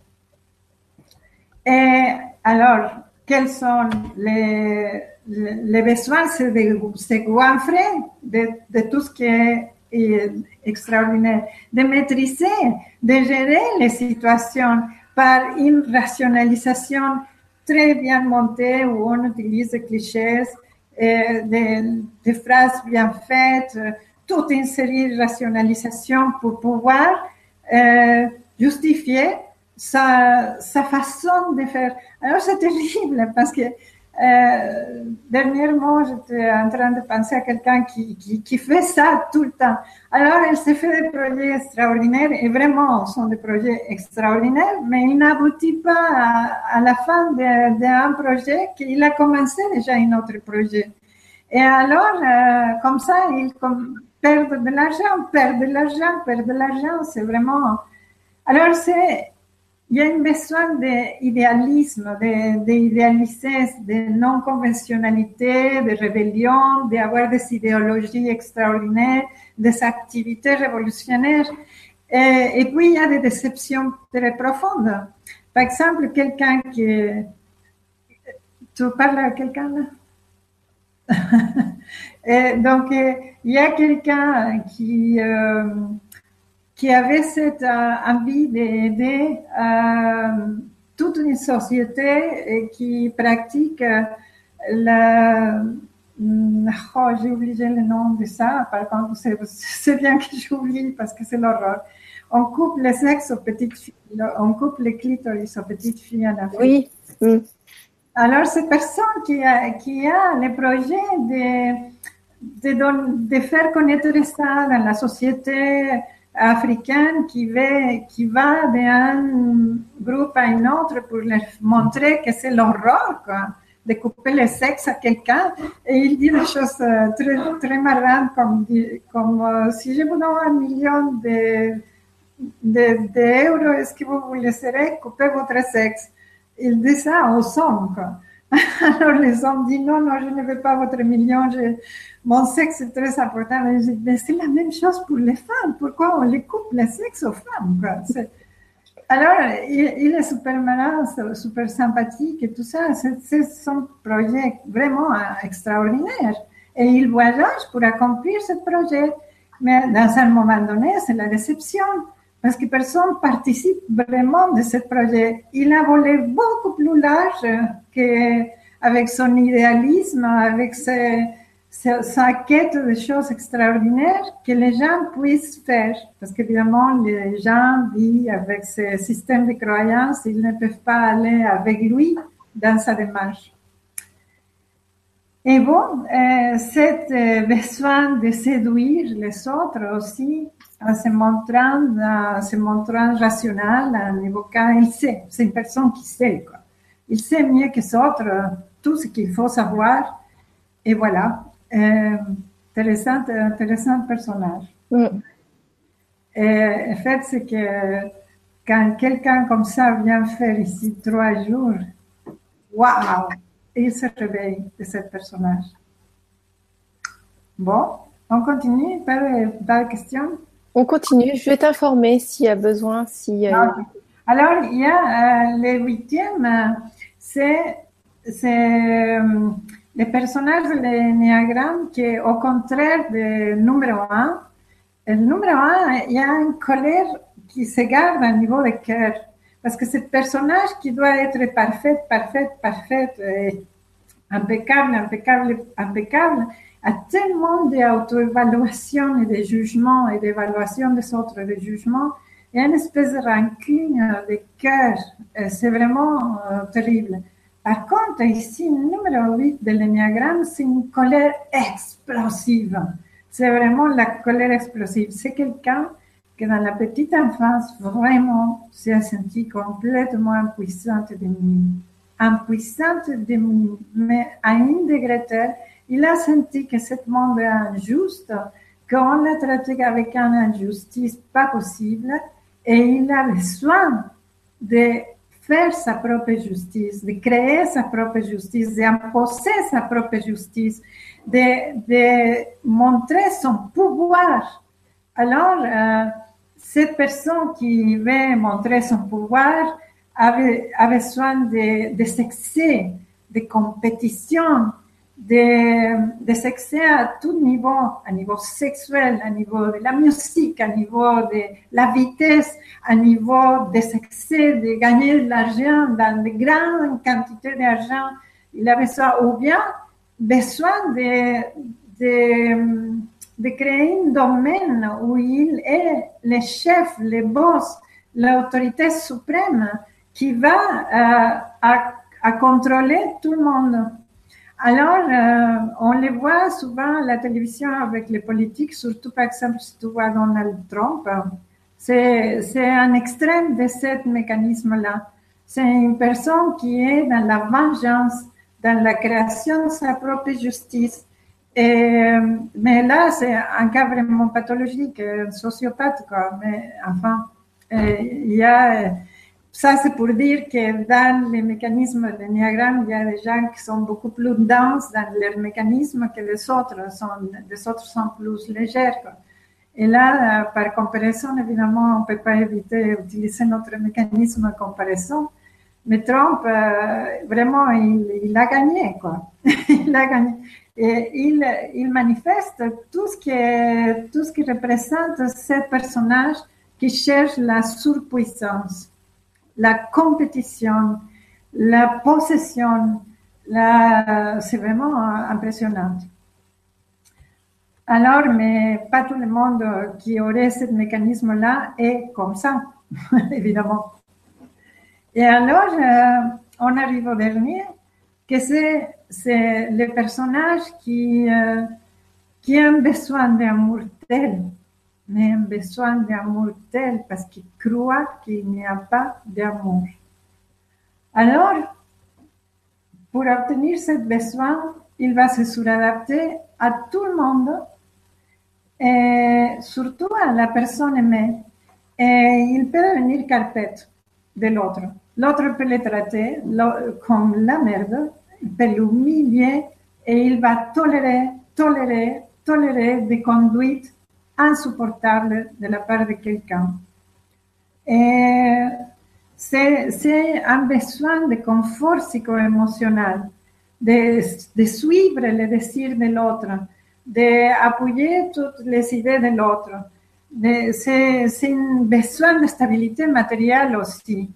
Et alors, quels sont les besoins? C'est de se goinfrer de tout ce qui est extraordinaire, de maîtriser, de gérer les situations par une rationalisation très bien montée où on utilise des clichés, des phrases bien faites, toute une série de rationalisations pour pouvoir justifier sa façon de faire. Alors, c'est terrible parce que dernièrement, j'étais en train de penser à quelqu'un qui fait ça tout le temps. Alors, elle s'est fait des projets extraordinaires et vraiment, ce sont des projets extraordinaires, mais il n'aboutit pas à la fin d'un projet qu'il a commencé déjà un autre projet. Et alors, comme ça, il perd de l'argent, c'est vraiment... Alors, il y a un besoin d'idéalisme, d'idéaliser, de non-conventionnalité, de rébellion, d'avoir des idéologies extraordinaires, des activités révolutionnaires. Et puis, il y a des déceptions très profondes. Par exemple, quelqu'un qui... Tu parles à quelqu'un là? Donc, il y a quelqu'un qui avait cette envie d'aider toute une société qui pratique j'ai oublié le nom de ça, par contre, c'est bien que j'oublie parce que c'est l'horreur. On coupe le sexe aux petites filles, on coupe le clitoris aux petites filles en Afrique. Oui. Alors, cette personne qui a le projet de faire connaître ça dans la société africaine qui va d'un groupe à un autre pour leur montrer que c'est l'horreur, quoi, de couper le sexe à quelqu'un. Et il dit des choses très, très marrantes comme si je vous donne 1 million d'euros, est-ce que vous laisserez couper votre sexe? Il dit ça aux hommes, quoi. Alors les hommes disent non, je ne veux pas votre million, mon sexe est très important. Mais c'est la même chose pour les femmes. Pourquoi on les coupe le sexe aux femmes, quoi? Alors, il est super malin, super sympathique et tout ça. C'est son projet vraiment extraordinaire. Et il voyage pour accomplir ce projet. Mais dans un moment donné, c'est la déception. Parce que personne participe vraiment de ce projet. Il a volé beaucoup plus large qu'avec son idéalisme, avec sa quête de choses extraordinaires que les gens puissent faire. Parce qu'évidemment, les gens vivent avec ce système de croyances, ils ne peuvent pas aller avec lui dans sa démarche. Et bon, cet besoin de séduire les autres aussi, en se montrant rationnel, en évoquant, il sait, c'est une personne qui sait, quoi. Il sait mieux que les autres tout ce qu'il faut savoir. Et voilà, intéressant personnage. Et en fait, c'est que quand quelqu'un comme ça vient faire ici 3 jours, waouh, il se réveille de ce personnage. Bon, on continue par la question. On continue, je vais t'informer s'il y a besoin. Alors, il y a le 8e, c'est le personnage de l'énéagramme qui est au contraire du numéro 1. Le numéro 1, il y a une colère qui se garde au niveau du cœur. Parce que ce personnage qui doit être parfait, impeccable, a tellement d'auto-évaluation et de jugement et d'évaluation des autres, de jugement, il y a une espèce de rancune de cœur. C'est vraiment terrible. Par contre, ici, numéro 8 de l'énéagramme, c'est une colère explosive. C'est vraiment la colère explosive. C'est quelqu'un qui, dans la petite enfance, vraiment s'est senti complètement impuissante et démunie. Impuissante et démunie. Mais à un degré tel, il a senti que ce monde est injuste, qu'on l'a traité avec une injustice pas possible, et il a besoin de faire sa propre justice, de créer sa propre justice, d'imposer sa propre justice, de montrer son pouvoir. Alors, cette personne qui veut montrer son pouvoir a besoin de succès, de compétition, de succès à tout niveau sexuel, à niveau de la musique, à niveau de la vitesse, à niveau de succès, de gagner de l'argent dans de grandes quantités d'argent. Il a besoin, ou bien besoin de créer un domaine où il est le chef, le boss, l'autorité suprême qui va à contrôler tout le monde. Alors, on les voit souvent à la télévision avec les politiques, surtout par exemple si tu vois Donald Trump. C'est un extrême de ce mécanisme-là. C'est une personne qui est dans la vengeance, dans la création de sa propre justice. Mais là, c'est un cas vraiment pathologique, un sociopathe, quoi. Mais enfin, il y a... Ça, c'est pour dire que dans les mécanismes de l'énéagramme, il y a des gens qui sont beaucoup plus denses dans leurs mécanismes que les autres sont plus légers, quoi. Et là, par comparaison, évidemment, on ne peut pas éviter d'utiliser notre mécanisme de comparaison. Mais Trump, vraiment, il a gagné, quoi. Il a gagné. Et il manifeste tout ce qui représente ce personnage qui cherche la surpuissance, la compétition, la possession. C'est vraiment impressionnant. Alors, mais pas tout le monde qui aurait ce mécanisme-là est comme ça, évidemment. Et alors, on arrive au dernier, que c'est le personnage qui a un besoin d'amour tel, mais un besoin d'amour tel parce qu'il croit qu'il n'y a pas d'amour. Alors, pour obtenir ce besoin, il va se suradapter à tout le monde, et surtout à la personne aimée. Et il peut devenir carpette de l'autre. L'autre peut le traiter comme la merde, il peut l'humilier et il va tolérer des conduites insupportables de la part de quelqu'un. Et c'est un besoin de confort psycho-émotionnel, de suivre les désirs de l'autre, d'appuyer toutes les idées de l'autre. C'est un besoin de stabilité matérielle aussi,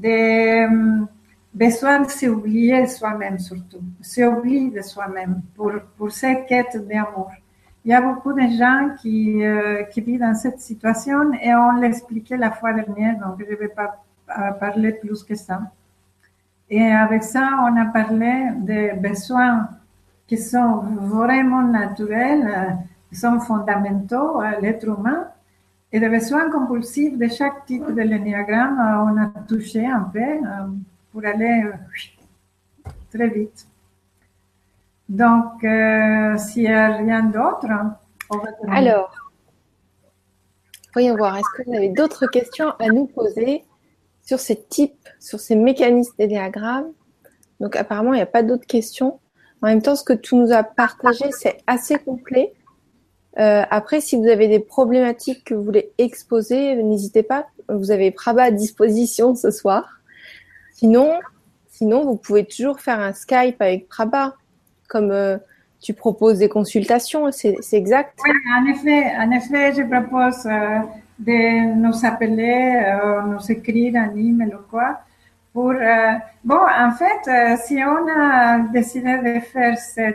besoin de s'oublier soi-même surtout, s'oublier de soi-même pour cette quête d'amour. Il y a beaucoup de gens qui vivent dans cette situation et on l'expliquait la fois dernière, donc je ne vais pas parler plus que ça. Et avec ça, on a parlé des besoins qui sont vraiment naturels, qui sont fondamentaux à l'être humain, et des besoins compulsifs de chaque type de l'énéagramme. On a touché un peu pour aller très vite. Donc, s'il n'y a rien d'autre, on va terminer. Alors, voyons voir, est-ce que vous avez d'autres questions à nous poser sur ces types, sur ces mécanismes d'énéagramme? Donc, apparemment, il n'y a pas d'autres questions. En même temps, ce que tu nous as partagé, c'est assez complet. Après, si vous avez des problématiques que vous voulez exposer, n'hésitez pas. Vous avez Prabha à disposition ce soir. Sinon, vous pouvez toujours faire un Skype avec Prabha, comme tu proposes des consultations, c'est exact? Oui, en effet, je propose de nous appeler, nous écrire un email ou quoi. Bon, en fait, si on a décidé de faire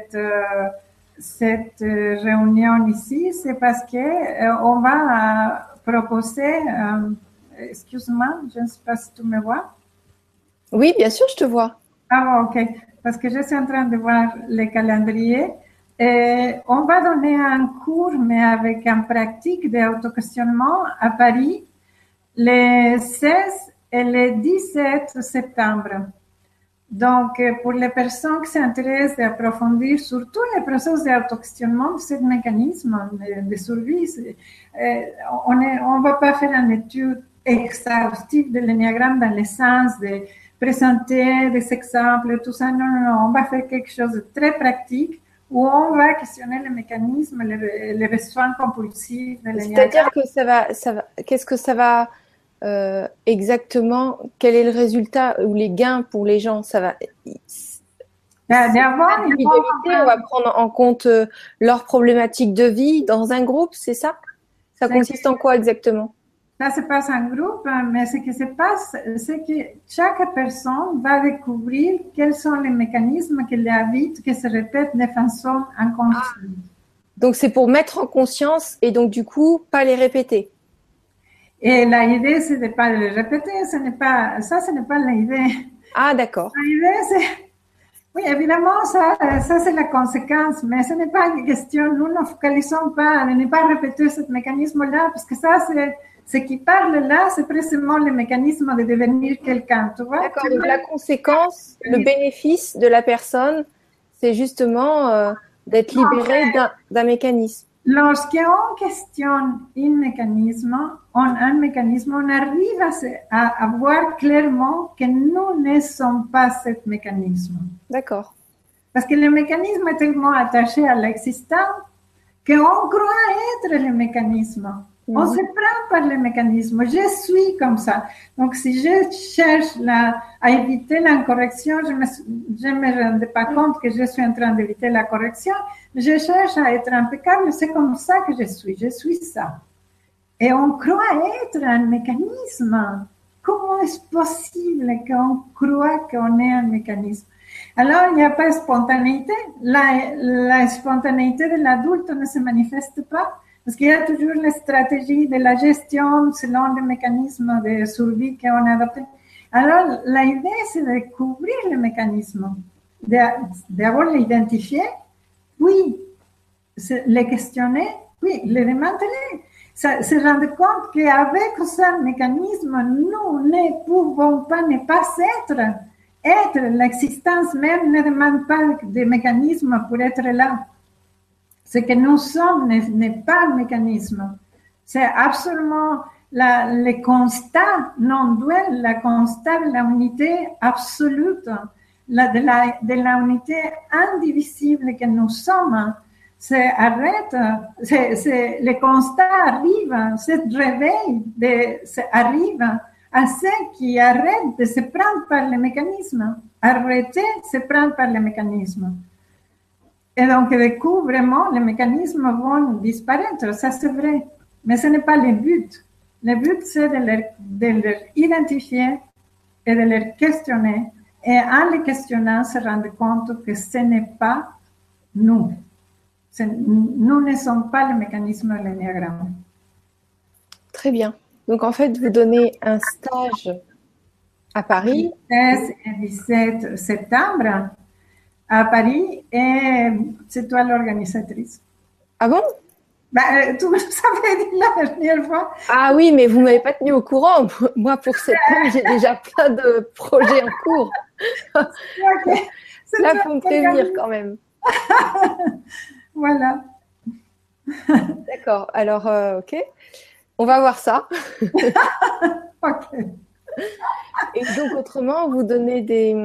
cette réunion ici, c'est parce que on va proposer, excuse-moi, je ne sais pas si tu me vois. Oui, bien sûr, je te vois. Ah, ok. Parce que je suis en train de voir le calendrier. Et on va donner un cours, mais avec une pratique d'auto-questionnement à Paris, le 16 et le 17 septembre. Donc, pour les personnes qui s'intéressent d'approfondir surtout le processus d'auto-questionnement de ce mécanisme de survie, on ne va pas faire une étude exhaustive de l'énéagramme dans le sens de présenter des exemples, tout ça. Non, non, non. On va faire quelque chose de très pratique où on va questionner le mécanisme, les besoins compulsifs de l'énéagramme. C'est-à-dire que qu'est-ce que ça va exactement, quel est le résultat ou les gains pour les gens? Ça va. L'individualité, on va prendre en compte leurs problématiques de vie dans un groupe, c'est ça? Ça consiste en quoi exactement? Ça se passe en groupe, mais ce qui se passe, c'est que chaque personne va découvrir quels sont les mécanismes qui l'habitent, qui se répètent de façon inconsciente. Donc, c'est pour mettre en conscience et donc, du coup, pas les répéter. Et l'idée, c'est de ne pas les répéter, ce n'est pas l'idée. Ah, d'accord. L'idée, c'est, oui, évidemment, ça c'est la conséquence, mais ce n'est pas une question, nous ne focalisons pas à ne pas répéter ce mécanisme-là, parce que ça, c'est, ce qui parle là, c'est précisément le mécanisme de devenir quelqu'un, tu vois? D'accord, donc la conséquence, le bénéfice de la personne, c'est justement d'être libéré d'un mécanisme. Lorsqu'on questionne un mécanisme, on arrive à voir clairement que nous ne sommes pas ce mécanisme. D'accord. Parce que le mécanisme est tellement attaché à l'existant qu'on croit être le mécanisme. On se prend par le mécanisme. Je suis comme ça. Donc, si je cherche à éviter l'incorrection, je me rendais pas compte que je suis en train d'éviter la correction. Je cherche à être impeccable. C'est comme ça que je suis. Je suis ça. Et on croit être un mécanisme. Comment est-ce possible qu'on croit qu'on est un mécanisme? Alors, il n'y a pas de spontanéité. La spontanéité de l'adulte ne se manifeste pas. Parce qu'il y a toujours la stratégie de la gestion selon les mécanismes de survie qu'on a adoptés. Alors, l'idée, c'est de découvrir le mécanisme, d'abord l'identifier, puis le questionner, puis le démanteler. Se rendre compte qu'avec ce mécanisme, nous ne pouvons pas ne pas être. L'existence même ne demande pas de mécanisme pour être là. Ce que nous sommes n'est pas un mécanisme. C'est absolument le constat non-duel, le constat de l'unité absolue, de l'unité indivisible que nous sommes. Le constat arrive, ce réveil arrive à ceux qui arrêtent de se prendre par les mécanismes. Arrêter de se prendre par les mécanismes. Et donc, du coup, vraiment, les mécanismes vont disparaître, ça c'est vrai. Mais ce n'est pas le but. Le but, c'est de les identifier et de les questionner. Et en les questionnant, se rendre compte que ce n'est pas nous. Nous ne sommes pas le mécanisme de l'énéagramme. Très bien. Donc, en fait, vous donnez un stage à Paris. 16 et 17 septembre. À Paris, et c'est toi l'organisatrice. Ah bon? Tu me savais dit la dernière fois. Ah oui, mais vous ne m'avez pas tenu au courant. Moi, pour septembre, j'ai déjà plein de projets en cours. Okay. Là, il faut me prévenir quand même. Voilà. D'accord. Alors, ok. On va voir ça. Ok. Et donc, autrement, vous donnez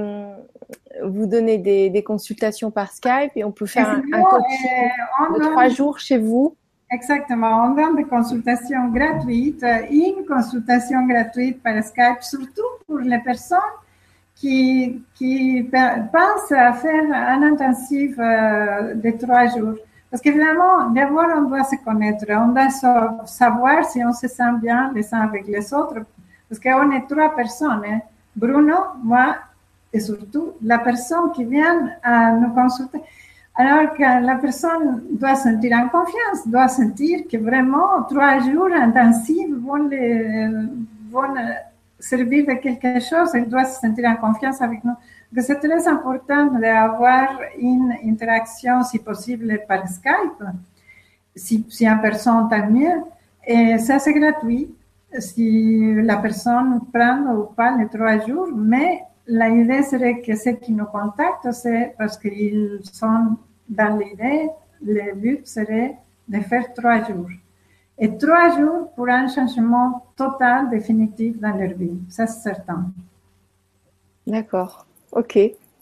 des consultations par Skype et on peut faire un coaching de 3 jours chez vous. Exactement. On donne des consultations gratuites, une consultation gratuite par Skype, surtout pour les personnes qui pensent à faire un intensif de 3 jours. Parce qu'évidemment, d'abord, on doit se connaître, on doit savoir si on se sent bien les uns avec les autres. Parce qu'on est 3 personnes, hein. Bruno, moi, et surtout la personne qui vient à nous consulter. Alors que la personne doit sentir en confiance, doit sentir que vraiment 3 jours intensifs vont servir de quelque chose, elle doit se sentir en confiance avec nous. Donc, c'est très important d'avoir une interaction, si possible, par Skype. Si en personne, tant mieux. Et ça, c'est gratuit. Si la personne prend ou pas les 3 jours, mais l'idée serait que ceux qui nous contactent, c'est parce qu'ils sont dans l'idée, le but serait de faire 3 jours. Et 3 jours pour un changement total, définitif dans leur vie. Ça, c'est certain. D'accord. Ok.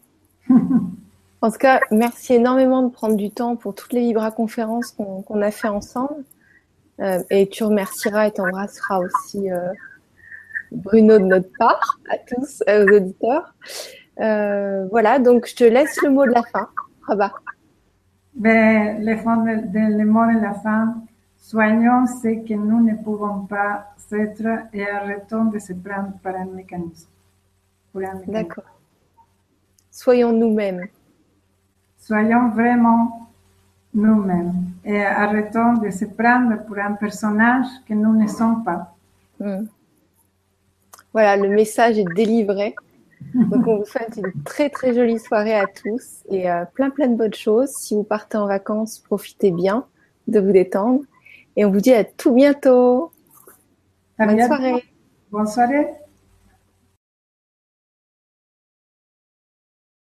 En tout cas, merci énormément de prendre du temps pour toutes les Libra-conférences qu'on a fait ensemble. Et tu remercieras et t'embrasseras aussi Bruno de notre part, à tous, aux auditeurs. Voilà, donc je te laisse le mot de la fin. Rabat. Ben, le mot de la fin, soignons ce que nous ne pouvons pas être et arrêtons de se prendre par un mécanisme. D'accord. Soyons nous-mêmes. Soyons vraiment nous-mêmes et arrêtons de se prendre pour un personnage que nous ne sommes pas. Voilà, le message est délivré. Donc, on vous souhaite une très, très jolie soirée à tous et plein de bonnes choses. Si vous partez en vacances, profitez bien de vous détendre. Et on vous dit à tout bientôt. Bonne soirée. Bonne soirée.